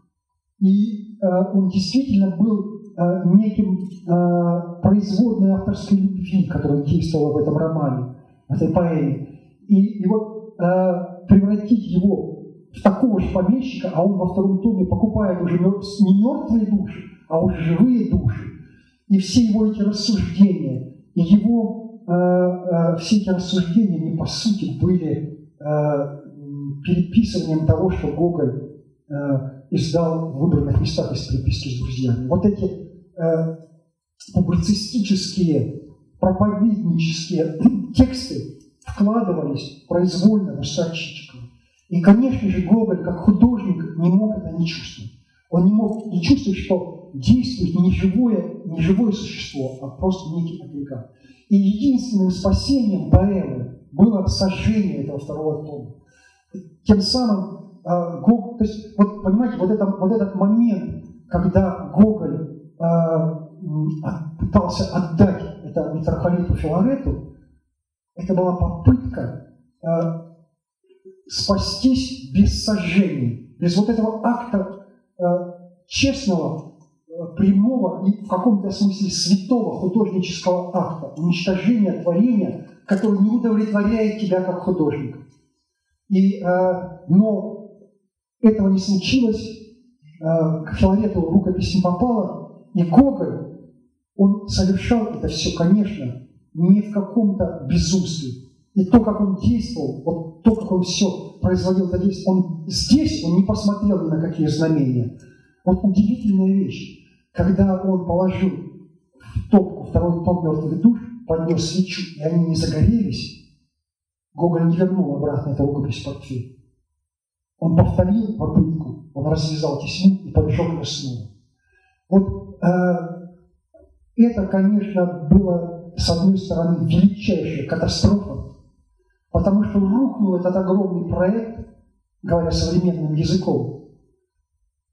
И э, он действительно был э, неким э, производной авторской любви, которая действовала в этом романе, в этой поэме. И, и вот э, превратить его в такого же помещика, а он во втором томе покупает уже не мертвые души, а уже живые души. И все его эти рассуждения, и его э, э, все эти рассуждения, они по сути были переписыванием того, что Гоголь э, издал в выбранных местах из переписки с друзьями. Вот эти э, публицистические, проповеднические тексты вкладывались произвольно в уста Чичикова. И, конечно же, Гоголь, как художник, не мог это не чувствовать. Он не мог не чувствовать, что действует не живое, не живое существо, а просто некий агрегат. И единственным спасением поэмы было сожжение этого второго тома. Тем самым, э, Гоголь, то есть, вот, понимаете, вот, это, вот этот момент, когда Гоголь э, пытался отдать это митрополиту Филарету, это была попытка э, спастись без сожжения, без вот этого акта э, честного, э, прямого и в каком-то смысле святого художнического акта, уничтожения творения, который не удовлетворяет тебя как художника. И, э, но этого не случилось, э, к Филарету рукопись не попала, и Гоголь, он совершал это все, конечно, не в каком-то безумстве. И то, как он действовал, вот то, как он все производил, это действие, он здесь он не посмотрел ни на какие знамения. Вот удивительная вещь, когда он положил в топку второй том «Мертвых душ», поднес свечу, и они не загорелись, Гоголь не вернул обратно эту рукопись в портфель. Он повторил попытку, он развязал тесьму и поджег ее снова. Вот э, это, конечно, было, с одной стороны, величайшая катастрофа, потому что рухнул этот огромный проект, говоря современным языком,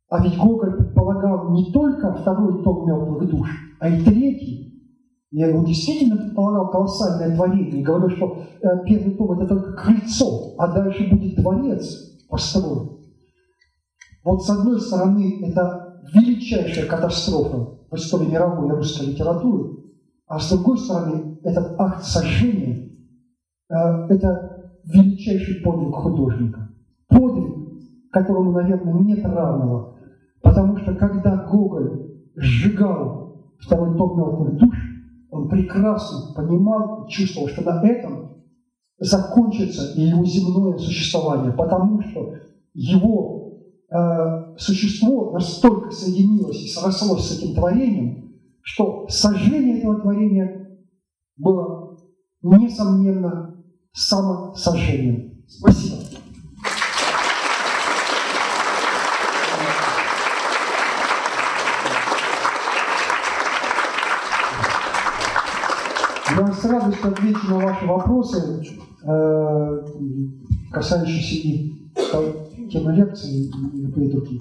А ведь Гоголь предполагал не только второй том «Мертвых душ», а и третий. И он действительно предполагал колоссальное творение. И говорил, что первый том – это только крыльцо, а дальше будет дворец построен. Вот с одной стороны, это величайшая катастрофа в истории мировой и русской литературы, а с другой стороны, этот акт сожжения – это величайший подвиг художника. Подвиг, которому, наверное, нет равного. Потому что когда Гоголь сжигал второй том «Мертвых душ», он прекрасно понимал и чувствовал, что на этом закончится и его земное существование, потому что его э, существо настолько соединилось и срослось с этим творением, что сожжение этого творения было, несомненно, самосожжением. Спасибо. Я с радостью отвечу на ваши вопросы, э, касающиеся и темы лекции, и любые другие.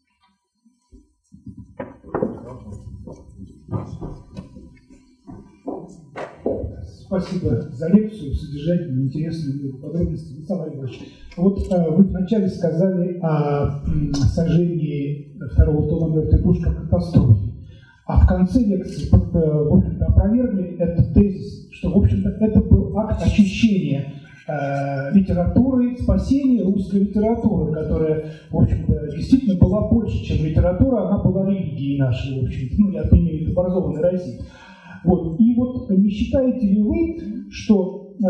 Спасибо за лекцию, содержательную, интересную, подробности. Александр Иванович, вот э, вы вначале сказали о м, сожжении второго тома «Мертвых душ» как катастрофе. А в конце лекции, в общем-то, опровергли этот тезис, что, в общем-то, это был акт очищения э, литературы, спасения русской литературы, которая, в общем-то, действительно была больше, чем литература, она была религией нашей, в общем-то, ну, я имею в виду образованной России. Вот. И вот не считаете ли вы, что, э,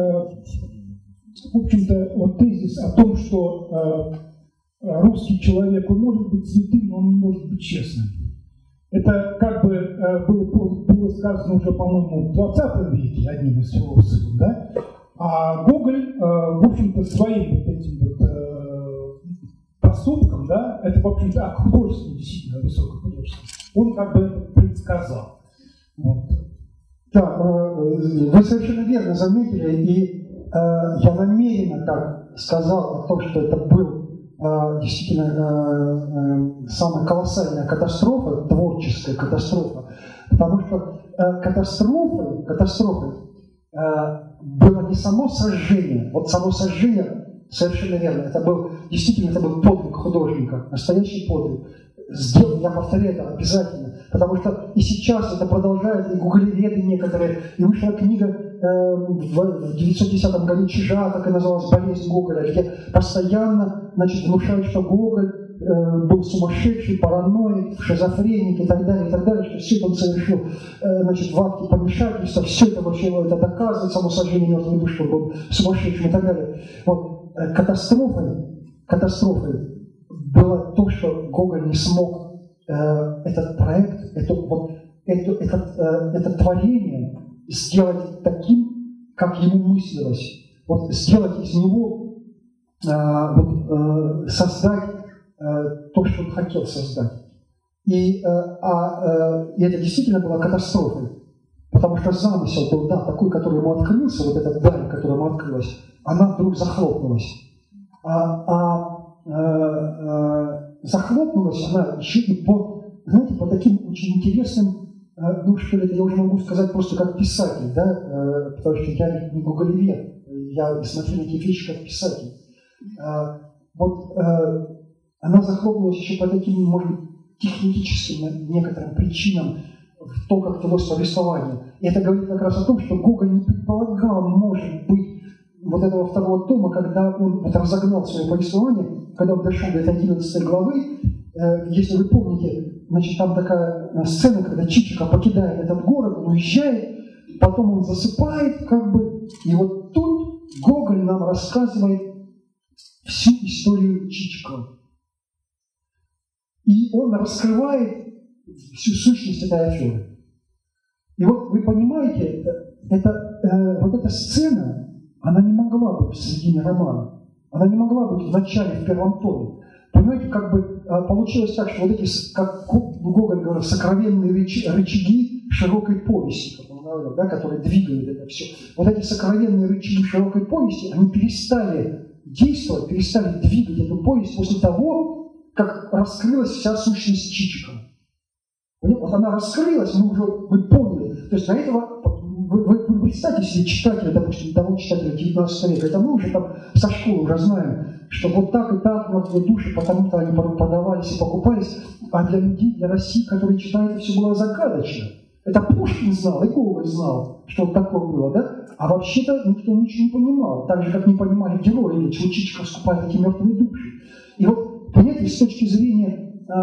в общем-то, вот тезис о том, что э, русский человек, он может быть святым, но он не может быть честным? Это как бы э, было, было сказано уже, по-моему, в двадцатом веке одним из философов, да? А Гоголь, э, в общем-то, своим вот этим вот э, поступком, да, это, в общем-то, а художественный, действительно, высокохудожественный, он как бы это предсказал. Вот. Да, вы совершенно верно заметили, и э, я намеренно так сказал о том, что это был э, действительно э, э, самая колоссальная катастрофа, творческая катастрофа, потому что э, катастрофой, катастрофой э, было не само сожжение, вот само сожжение, совершенно верно, это был, действительно, это был подвиг художника, настоящий подвиг. Сделал, я повторяю это обязательно, потому что и сейчас это продолжает, и гуглереды некоторые, и вышла книга э, в девятьсот десятом году Чижа, так и называлась «Болезнь Гоголя», где постоянно, значит, внушают, что Гоголь э, был сумасшедший, параноик, шизофреник и так далее, и так далее, что все это он совершил, э, значит, в акте помешательства, все это вообще это доказывает, само сожжение мертвой души, что он был сумасшедшим и так далее. Вот, э, катастрофой, катастрофой было то, что Гоголь не смог э, этот проект, это, вот, это, этот, э, это творение сделать таким, как ему мыслилось. Вот сделать из него, э, вот, э, создать э, то, что он хотел создать. И, э, а, э, и это действительно была катастрофой, потому что замысел был, да, такой, который ему открылся, вот эта даль, которая ему открылась, она вдруг захлопнулась. А, а захлопнулась она еще и по, знаете, по таким очень интересным, ну что ли, это я уже могу сказать просто как писатель, да, потому что я не гоголевед, я смотрю на эти вещи как писатель. Вот она захлопнулась еще по таким, может быть, техническим некоторым причинам в том, как велось повествование. И это говорит как раз о том, что Гоголь не предполагал, может быть, вот этого второго тома, когда он вот разогнал свое повествование, когда он дошел до этой одиннадцатой главы, э, если вы помните, значит, там такая сцена, когда Чичика покидает этот город, он уезжает, потом он засыпает, как бы, и вот тут Гоголь нам рассказывает всю историю Чичикова. И он раскрывает всю сущность этой аферы. И вот вы понимаете, это, э, вот эта сцена, она не могла быть в середине романа. Она не могла быть в начале, в первом томе. Понимаете, как бы получилось так, что вот эти, как Гоголь говорил, сокровенные рычаги широкой повести, как он говорил, да, которые двигают это все. Вот эти сокровенные рычаги широкой повести, они перестали действовать, перестали двигать эту повесть после того, как раскрылась вся сущность Чичикова. Вот она раскрылась, мы уже мы поняли. То есть до этого, вы, вы, вы представьте себе читателя, допустим, того читателя девятнадцатого века, это мы уже там со школы уже знаем, что вот так и так мертвые души, потому-то они продавались и покупались, а для людей, для России, которые читают, это все было загадочно. Это Пушкин знал, и Гоголь знал, что вот такое было, да? А вообще-то никто ничего не понимал, так же, как не понимали герои, чего Чичиков скупает эти мертвые души. И вот, понимаете, с точки зрения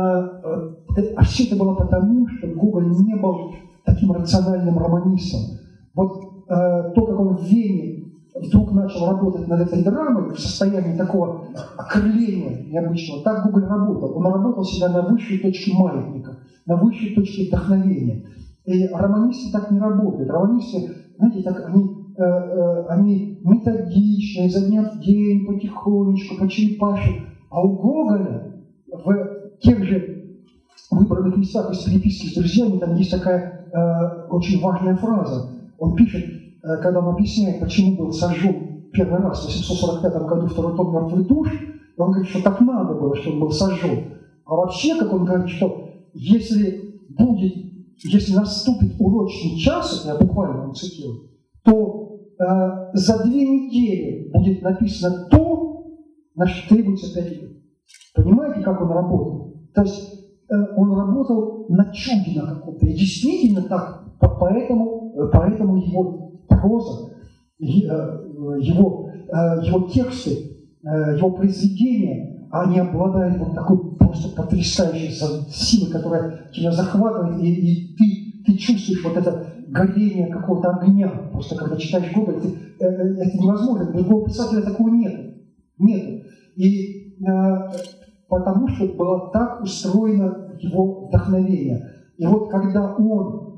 А все это было потому, что Гоголь не был таким рациональным романистом. Вот э, то, как он в Вене вдруг начал работать над этой драмой в состоянии такого окрыления необычного, так Гоголь работал. Он работал себя на высшей точке маятника, на высшей точке вдохновения. И романисты так не работают. Романисты, знаете, так они, э, э, они методично, изо дня в день, потихонечку, по черепашьи. А у Гоголя в тех же выбранных местах из переписки с друзьями там есть такая э, очень важная фраза. Он пишет, э, когда он объясняет, почему был сожжен первый раз в восемьсот сорок пятом году второй том «Мертвый душ», он говорит, что так надо было, что он был сожжен. А вообще, как он говорит, что если будет, если наступит урочный час, это я буквально вам цитирую, то э, за две недели будет написано то, на что требуется пять лет. Понимаете, как он работал? То есть э, он работал на чуде на каком-то. И действительно так. Поэтому, поэтому его проза, его, его тексты, его произведения, они обладают вот такой просто потрясающей силой, которая тебя захватывает, и, и ты, ты чувствуешь вот это горение какого-то огня. Просто когда читаешь Гоголя, ты, это невозможно. Другого писателя такого нет. Нет. И потому что было так устроено его вдохновение. И вот когда он,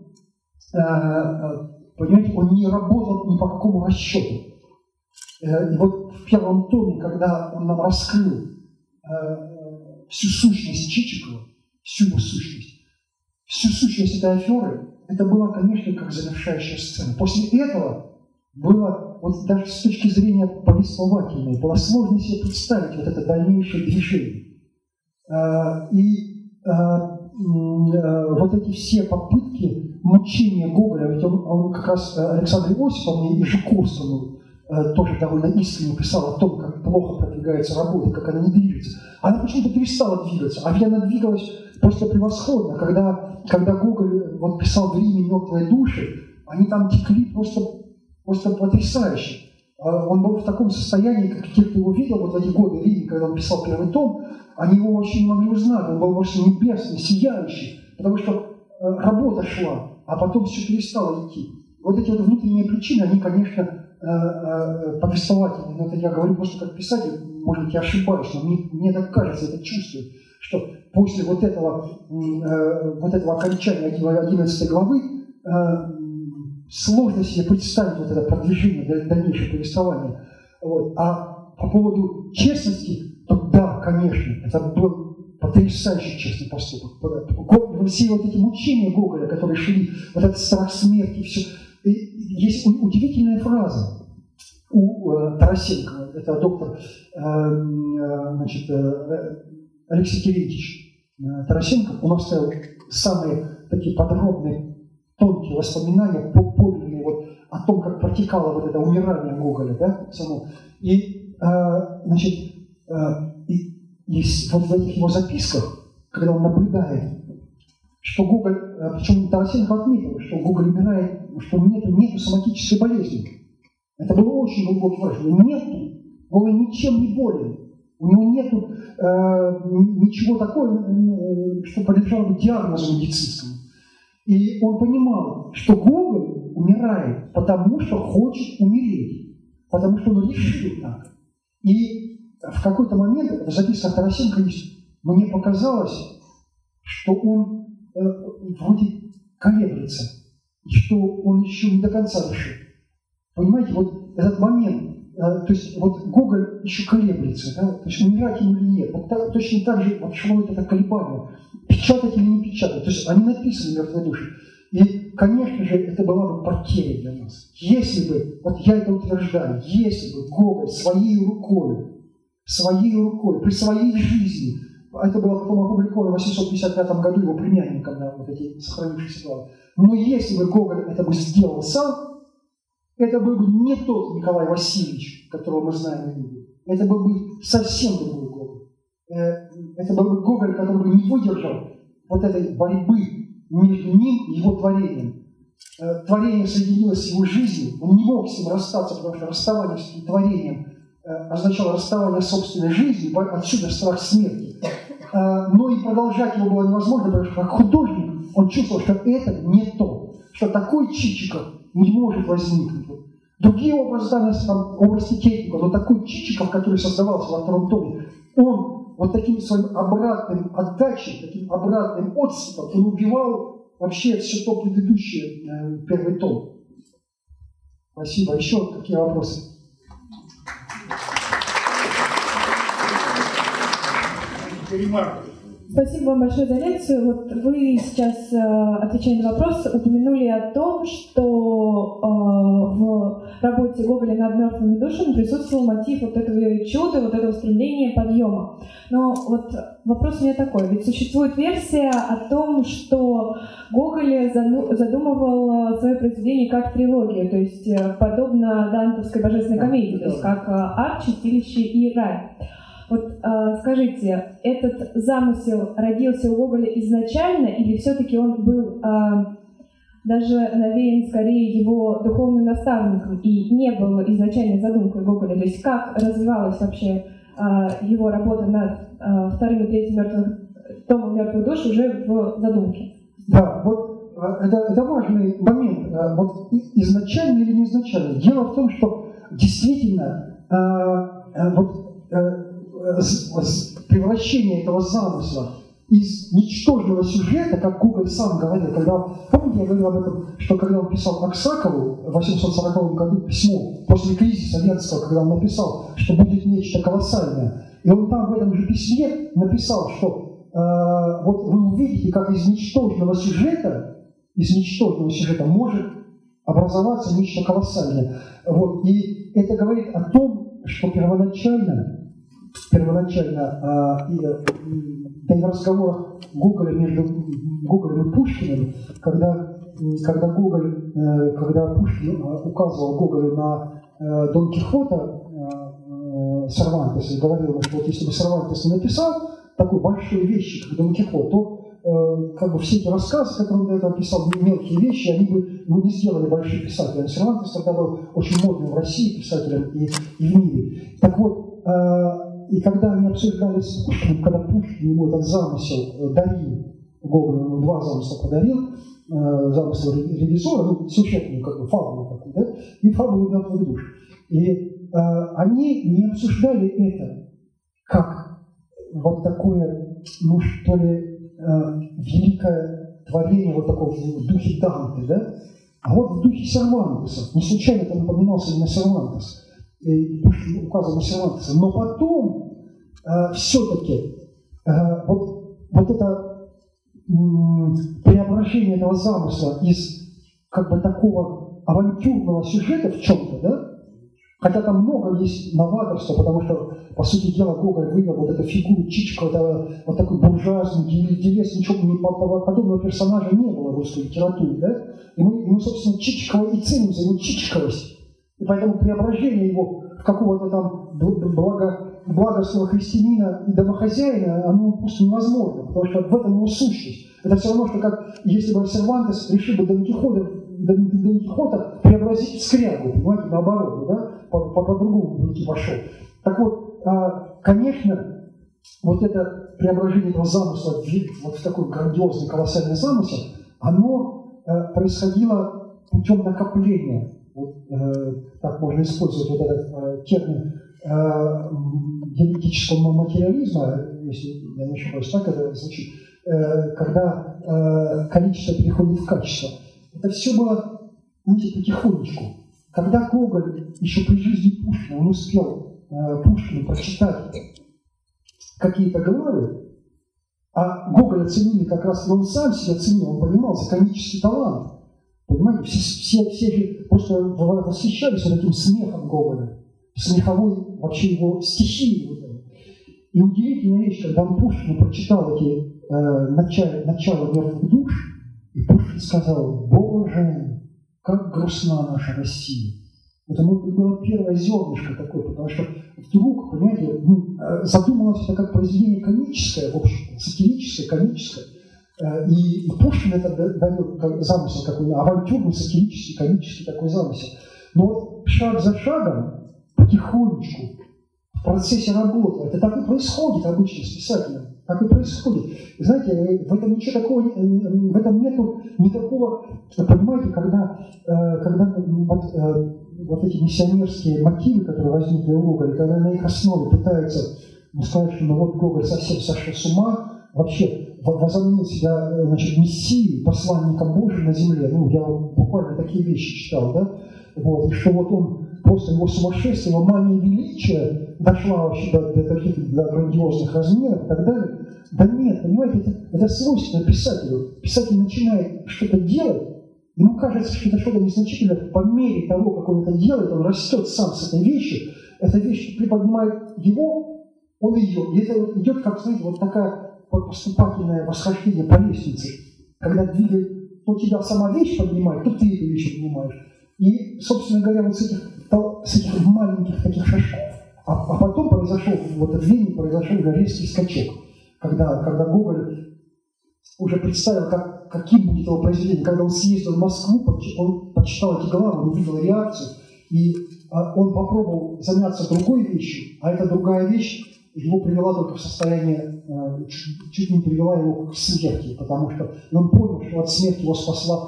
понимаете, он не работал ни по какому расчету. И вот в первом томе, когда он нам раскрыл всю сущность Чичикова, всю его сущность, всю сущность этой аферы, это было, конечно, как завершающая сцена. После этого было, вот даже с точки зрения повествовательной, было сложно себе представить вот это дальнейшее движение. И вот эти все попытки мучения Гоголя, ведь он, он как раз Александре Осиповне и Жуковскому тоже довольно искренне писал о том, как плохо продвигается работа, как она не движется. Она почему-то перестала двигаться, а ведь она двигалась просто превосходно. Когда, когда Гоголь вот, писал в Риме «Мертвые души», они там текли просто, просто потрясающе. Он был в таком состоянии, как те, кто его видел вот в эти годы в Риме, когда он писал первый том, они его очень могли узнать, он был очень небесный, сияющий, потому что работа шла, а потом все перестало идти. Вот эти вот внутренние причины, они, конечно, повествовательные. Но это я говорю просто как писатель, может быть, я ошибаюсь, но мне, мне так кажется, это чувствую, что после вот этого, вот этого окончания одиннадцатой главы сложно себе представить вот это продвижение, дальнейшее повествование. Вот. А по поводу честности, то да, конечно, это был потрясающий честный поступок. Все вот эти мучения Гоголя, которые шли, вот этот страх смерти, все. И есть удивительная фраза у э, Тарасенко, это доктор э, э, значит, э, Алексей Терентьевич э, Тарасенко, он оставил самые такие подробные, тонкие воспоминания, подлинные вот, о том, как протекало вот это умирание Гоголя, да, само. И, э, значит, э, и, и вот в этих его записках, когда он наблюдает, что Гоголь, причем Тарасенко отметил, что Гоголь умирает, что нету, нету соматической болезни. Это было очень глубоко важно. Нету, Гоголь ничем не болен. У него нету э, ничего такого, э, что подлежало бы диагнозу медицинскому. И он понимал, что Гоголь умирает, потому что хочет умереть, потому что он решил так. И в какой-то момент в записках Тарасенко есть, мне показалось, что он э, вроде колеблется, и что он еще не до конца решил. Понимаете, вот этот момент, э, то есть вот Гоголь еще колеблется, да, то есть умирать ему или нет. Вот так, точно так же вот шло это колебание, печатать или не печатать. То есть они написаны «Мертвые души». И, конечно же, это была бы потеря для нас. Если бы, вот я это утверждаю, если бы Гоголь своей рукой, своей рукой, при своей жизни это было потом опубликовано в восемьсот пятьдесят пятом году его племянником, да, вот эти сохранившиеся слова. Но если бы Гоголь это бы сделал сам, это был бы не тот Николай Васильевич, которого мы знаем и видим. Это был бы совсем другой Гоголь. Это был бы Гоголь, который бы не выдержал вот этой борьбы между ним и его творением. Творение соединилось с его жизнью, он не мог с ним расстаться, потому что расставание с этим творением означало расставание с собственной жизнью, отсюда страх смерти. Но и продолжать его было невозможно, потому что как художник он чувствовал, что это не то, что такой Чичиков не может возникнуть. Другие образы, там, образ Тетейникова, но такой Чичиков, который создавался во втором томе, он вот таким своим обратным отдачей, таким обратным отцветом, он убивал вообще все то предыдущее, э, первый том. Спасибо. Еще какие вопросы? Спасибо вам большое за лекцию. Вот вы сейчас, отвечая на вопрос, упомянули о том, что э, в работе Гоголя над мертвыми душами присутствовал мотив вот этого чуда, вот этого стремления подъема. Но вот вопрос у меня такой. Ведь существует версия о том, что Гоголь задумывал свое произведение как трилогию, то есть подобно дантовской божественной комедии, то есть как ад, чистилище и рай. Вот э, скажите, этот замысел родился у Гоголя изначально, или все-таки он был э, даже навеян скорее его духовным наставником и не было изначальной задумкой Гоголя? То есть как развивалась вообще э, его работа над э, вторым и третьим мертвым, томом «Мертвых душ» уже в задумке? Да, вот это, это важный момент. Вот изначально или не изначально. Дело в том, что действительно э, вот э, превращение этого замысла из ничтожного сюжета, как Гоголь сам говорил, когда, помните, я говорил об этом, что когда он писал Аксакову в восемьсот сороковом году письмо, после кризиса Ленского, когда он написал, что будет нечто колоссальное, и он там в этом же письме написал, что э, вот вы увидите, как из ничтожного сюжета, из ничтожного сюжета может образоваться нечто колоссальное. Вот. И это говорит о том, что первоначально первоначально, да и в разговорах Гоголя между Гоголем и Пушкиным, когда, когда, Гоголь, когда Пушкин указывал Гоголю на Дон Кихота Сервантеса и говорил, что вот если бы Сервантес не написал такой большой вещи, как Дон Кихот, то как бы все эти рассказы, которые он до этого писал, мелкие вещи, они бы ну, не сделали больших писателей. Сервантес тогда был очень модным в России писателем и, и в мире. Так вот, и когда они обсуждали с Пушкиным, когда Пушкин ему этот замысел дарил, Гоголь ему два замысла подарил, э, замысел ревизора, ну, сюжетную, как бы, фабулу такую, да, и фабулу «Мертвых душ». И э, они не обсуждали это как вот такое, ну, что ли, э, великое творение вот такого в духе Данте, да, а вот в духе Сервантеса. Не случайно там упоминался именно Сервантес. Пушкин указывал на Сервантеса, но потом э, все-таки э, вот, вот это м, преображение этого замысла из как бы такого авантюрного сюжета в чем-то, да, хотя там много есть новаторства, потому что, по сути дела, Гоголь вывел вот эту фигуру Чичикова, это, вот такой буржуазный делец, ничего подобного персонажа не было в русской литературе, да, и мы, и мы собственно, Чичикова и ценим за его чичиковость. И поэтому преображение его в какого-то там благо, благостного христианина и домохозяина, оно просто невозможно, потому что в этом его сущность. Это все равно, что как если бы Сервантес решил бы Дон Кихота, Дон, Дон Кихота преобразить в скрягу, понимаете, наоборот, да, по-другому по, пути пошел. Так вот, конечно, вот это преображение этого замысла вот в такой грандиозный, колоссальный замысел, оно происходило путем накопления. Вот, э, так можно использовать вот этот э, термин э, диалектического материализма, если я не ошибаюсь, так это звучит, э, когда э, количество переходит в качество. Это все было, знаете, потихонечку. Когда Гоголь еще при жизни Пушкина, он успел э, Пушкину прочитать какие-то главы, а Гоголь оценили как раз, и он сам себя оценил, он понимал за комический талант. Понимаете, все, все, все же просто восхищались вот этим смехом Гоголя, смеховой вообще его стихией. И удивительная вещь, когда он Пушкину прочитал эти э, начало, начало «Мертвых душ», и Пушкин сказал: «Боже, как грустна наша Россия». Это было первое зернышко такое, потому что вдруг, понимаете, ну, задумалось это как произведение комическое, в общем, сатирическое, комическое. И, и Пушкин это дает как замысел такой, авантюрный, сатирический, комический такой замысел. Но вот шаг за шагом, потихонечку, в процессе работы, это так и происходит обычно с писателем. Так и происходит. И знаете, в этом ничего такого, в этом нету никакого, понимаете, когда, когда вот, вот эти миссионерские мотивы, которые возникли у Гоголя, когда на их основе пытаются сказать, что ну вот Гоголь совсем сошел с ума, вообще возомнил себя, значит, мессией, посланником Божьим на земле. Ну, я буквально такие вещи читал, да? Вот, и что вот он, просто его сумасшествие, его мания величия дошла вообще до, до таких до грандиозных размеров и так далее. Да нет, понимаете, это, это свойственно писателю. Писатель начинает что-то делать, ему кажется, что это что-то незначительное. По мере того, как он это делает, он растет сам с этой вещью. Эта вещь приподнимает его, он ее. И это идет, как, знаете, вот такая поступательное восхождение по лестнице. Когда двигает, то тебя сама вещь поднимает, то ты эту вещь поднимаешь. И, собственно говоря, вот с этих, с этих маленьких таких шажков, а, а потом произошел, вот в Вене произошел резкий скачок, когда, когда Гоголь уже представил, как, каким будет его произведение. Когда он съездил в Москву, он почитал эти главы, он увидел реакцию, и а, он попробовал заняться другой вещью, а эта другая вещь его привела только в состояние, а, чуть, чуть не привела его к смерти, потому что он понял, что от смерти его спасла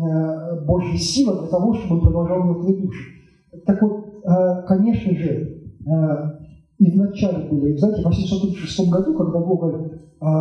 Божья сила для того, чтобы он продолжал мертвые души. Так вот, конечно же, и вначале были, знаете, в восемьсот тридцать шестом году, когда Гоголь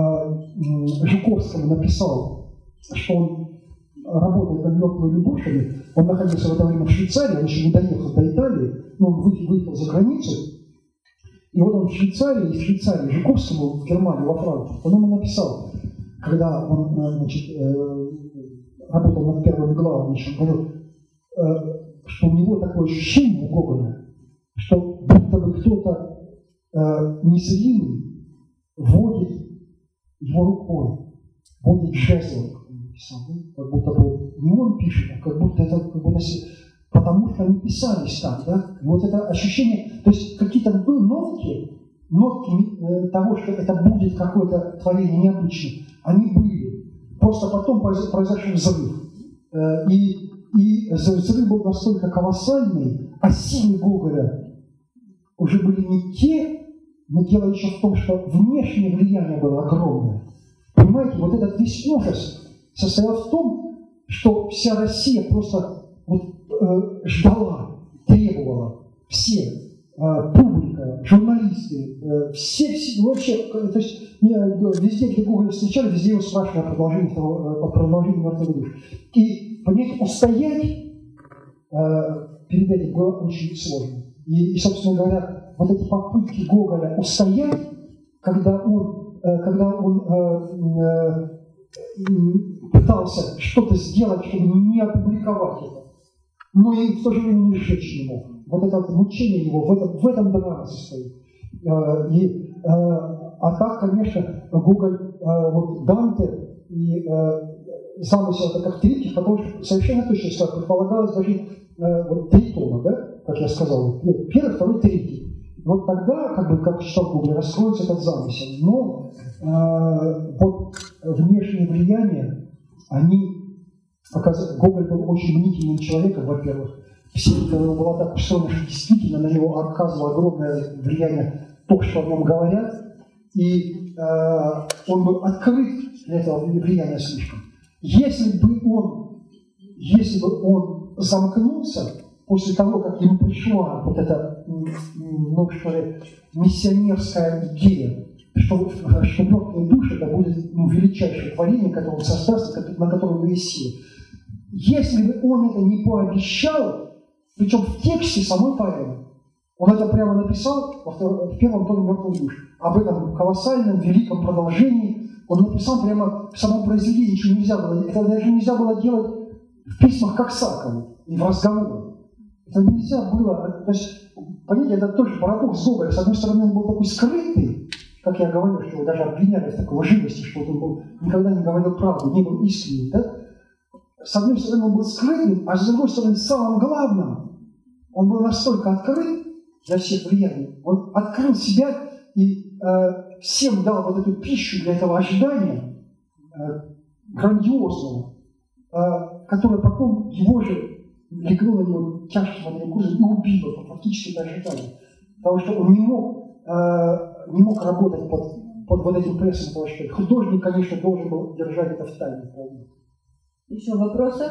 Жуковскому написал, что он работает над мертвыми душами, он находился в это время в Швейцарии, он еще не доехал до Италии, но он выехал за границу, и вот он в Швейцарии, из Швейцарии Жуковскому в Германию, во Франкфурт, он ему написал, когда он, значит, работал над первыми главами, еще он говорил, что у него такое ощущение у Гоголя, что будто бы кто-то э, незримый водит его рукой, водит жезлом, как он написал, да? Как будто бы не он пишет, а как будто это, как будто, потому что они писались так, да? И вот это ощущение, то есть какие-то ну, нотки, нотки э, того, что это будет какое-то творение необычное, они были. Просто потом произошел взрыв. Э, и, и взрыв был настолько колоссальный, а силы Гоголя уже были не те, но дело еще в том, что внешнее влияние было огромное. Понимаете, вот этот весь ужас состоял в том, что вся Россия просто вот, э, ждала, требовала, все, э, публика, журналисты, э, все, все, вообще, то есть не, везде, где Гоголя встречали, везде его спрашивали о продолжении, о продолжении «Мертвых душ». И, понимаете, устоять э, перед этим было очень сложно. И, и, собственно говоря, вот эти попытки Гоголя устоять, когда он, э, когда он э, э, пытался что-то сделать, чтобы не опубликовать это, но и в то же время не сжечь не мог. Вот это мучение его, в этом, в этом драма состоит. Э, и, э, а так, конечно, Гоголь, э, вот Данте и э, замысел это как триптих, потому что совершенно точно, что предполагалось даже э, вот, три тома, да? Как я сказал, первый, второй, третий. Вот тогда, как бы, как считал Гоголь, раскроется этот замысел. Но э, вот внешние влияния, они, оказывается, Гоголь был очень мнительным человеком, во-первых. Психика его была так устроена, что действительно на него оказывало огромное влияние то, что о нем говорят. И э, он был открыт для этого влияния слишком. Если бы он, если бы он замкнулся, после того, как ему пришла вот эта, ну, что ли, миссионерская идея, что, что мертвые души это будет ну, величайшее творение, которое он создаст, на котором у него есть сила. Если бы он это не пообещал, причем в тексте самой поэмы, он это прямо написал во втором, в первом томе «Мертвых душ», об этом колоссальном, великом продолжении, он написал прямо в самом произведении, ничего нельзя было, это даже нельзя было делать в письмах к Аксакову и в разговорах. Это нельзя было, то есть, понимаете, это тоже парадокс Гоголя. С одной стороны, он был такой скрытый, как я говорил, что его даже обвиняли в такой лживости, что он был, никогда не говорил правду, не был искренним, да? С одной стороны, он был скрытным, а с другой стороны, самым главным, он был настолько открыт для всех влияний, он открыл себя и э, всем дал вот эту пищу для этого ожидания э, грандиозного, э, которое потом его же легло на него тяжким грузом и убило фактически это ожидание. Потому что он не мог, э, не мог работать под, под вот этим прессом, потому что художник, конечно, должен был держать это в тайне. Еще вопросы?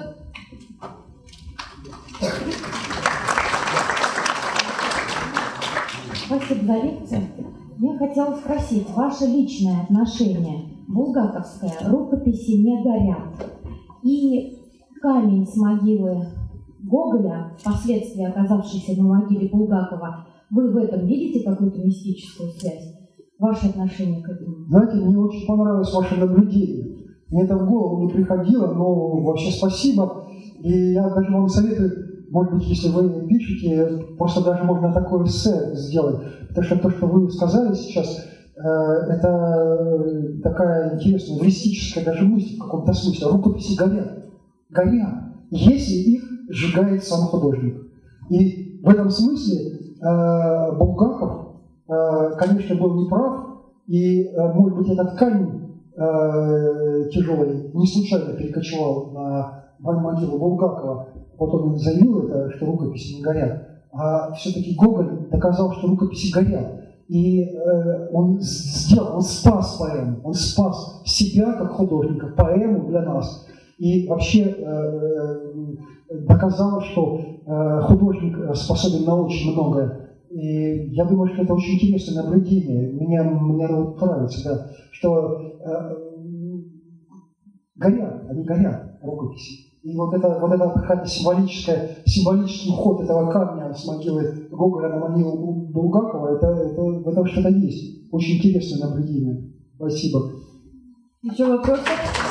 Спасибо за лекцию. Я хотела спросить, ваше личное отношение булгаковское, рукописи не горят, и камень с могилы Гоголя, впоследствии оказавшийся на могиле Булгакова, вы в этом видите какую-то мистическую связь? Ваше отношение к этому? Знаете, мне очень понравилось ваше наблюдение. Мне это в голову не приходило, но вообще спасибо. И я даже вам советую, может быть, если вы пишете, просто даже можно такое эссе сделать. Потому что то, что вы сказали сейчас, это такая интересная, эвристическая даже мысль в каком-то смысле. Рукописи горят. Горят. Если их сжигает сам художник. И в этом смысле Булгаков, конечно, был неправ. И, может быть, этот камень тяжелый не случайно перекочевал на могилу Булгакова. Вот он заявил это, что рукописи не горят. А все-таки Гоголь доказал, что рукописи горят. И э, он сделал, он спас поэму, он спас себя как художника, поэму для нас. И вообще э, доказал, что э, художник способен на очень многое. И я думаю, что это очень интересное наблюдение. Мне, мне вот нравится, да, что э, горят, они горят, рукописи. И вот это, вот это какая-то символическая, символический уход этого камня с могилы Гоголя на могилу Булгакова, это, это, в этом что-то есть. Очень интересное наблюдение. Спасибо. Еще вопросы?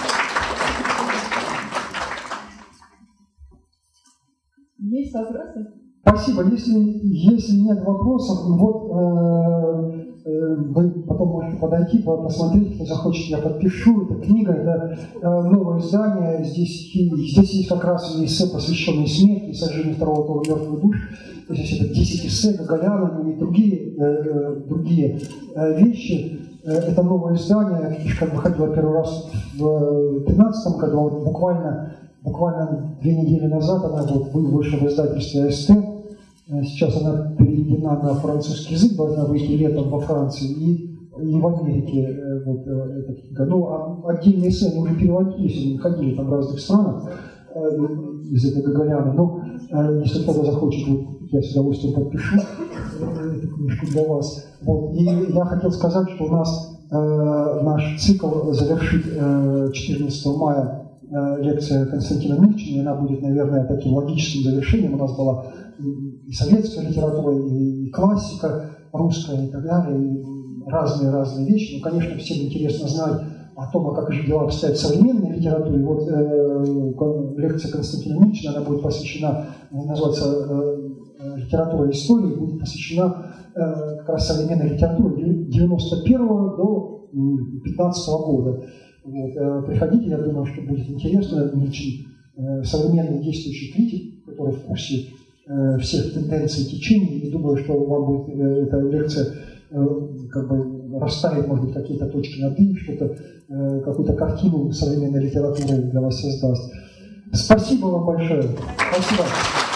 Есть вопросы? Спасибо. Если, если нет вопросов, вот э, э, вы потом можете подойти, посмотреть, кто захочет, я подпишу. Это книга, это э, новое издание. Здесь, здесь есть как раз эссе, посвященные смерти, сожжению второго тома «Мертвых душ». Здесь это десять эссе Гоголяна и другие, э, другие э, вещи. Это новое издание. Книжка выходила первый раз в две тысячи тринадцатом году, вот буквально, буквально две недели назад она вот вышла в издательстве эй эс тэ. Сейчас она переведена на французский язык, должна выйти летом во Франции и, и в Америке. Вот, эта книга. Но отдельные эссе они уже переводились, они ходили там в разных странах из этой Гоголяна. Но если кто-то захочет, вот, я с удовольствием подпишу эту книжку для вас. Вот. И я хотел сказать, что у нас э, наш цикл завершит э, четырнадцатого мая э, лекция Константина Мильчина, и она будет, наверное, таким логическим завершением. У нас была и советская литература, и классика русская, и так далее, разные-разные вещи. Ну, конечно, всем интересно знать о том, как же дела обстоят в современной литературе. Вот э, лекция Константина Мильчина, она будет посвящена, называется э, «Литература и история», будет посвящена э, как раз современной литературе девяносто первого до пятнадцатого года. Вот, э, приходите, я думаю, что будет интересно. Мильчин э, современный действующий критик, который в курсе всех тенденций и течений, и думаю, что вам будет э, эта лекция э, как бы расставить, может быть, какие-то точки над «и», что-то, э, какую-то картину современной литературы для вас создаст. Спасибо вам большое. Спасибо.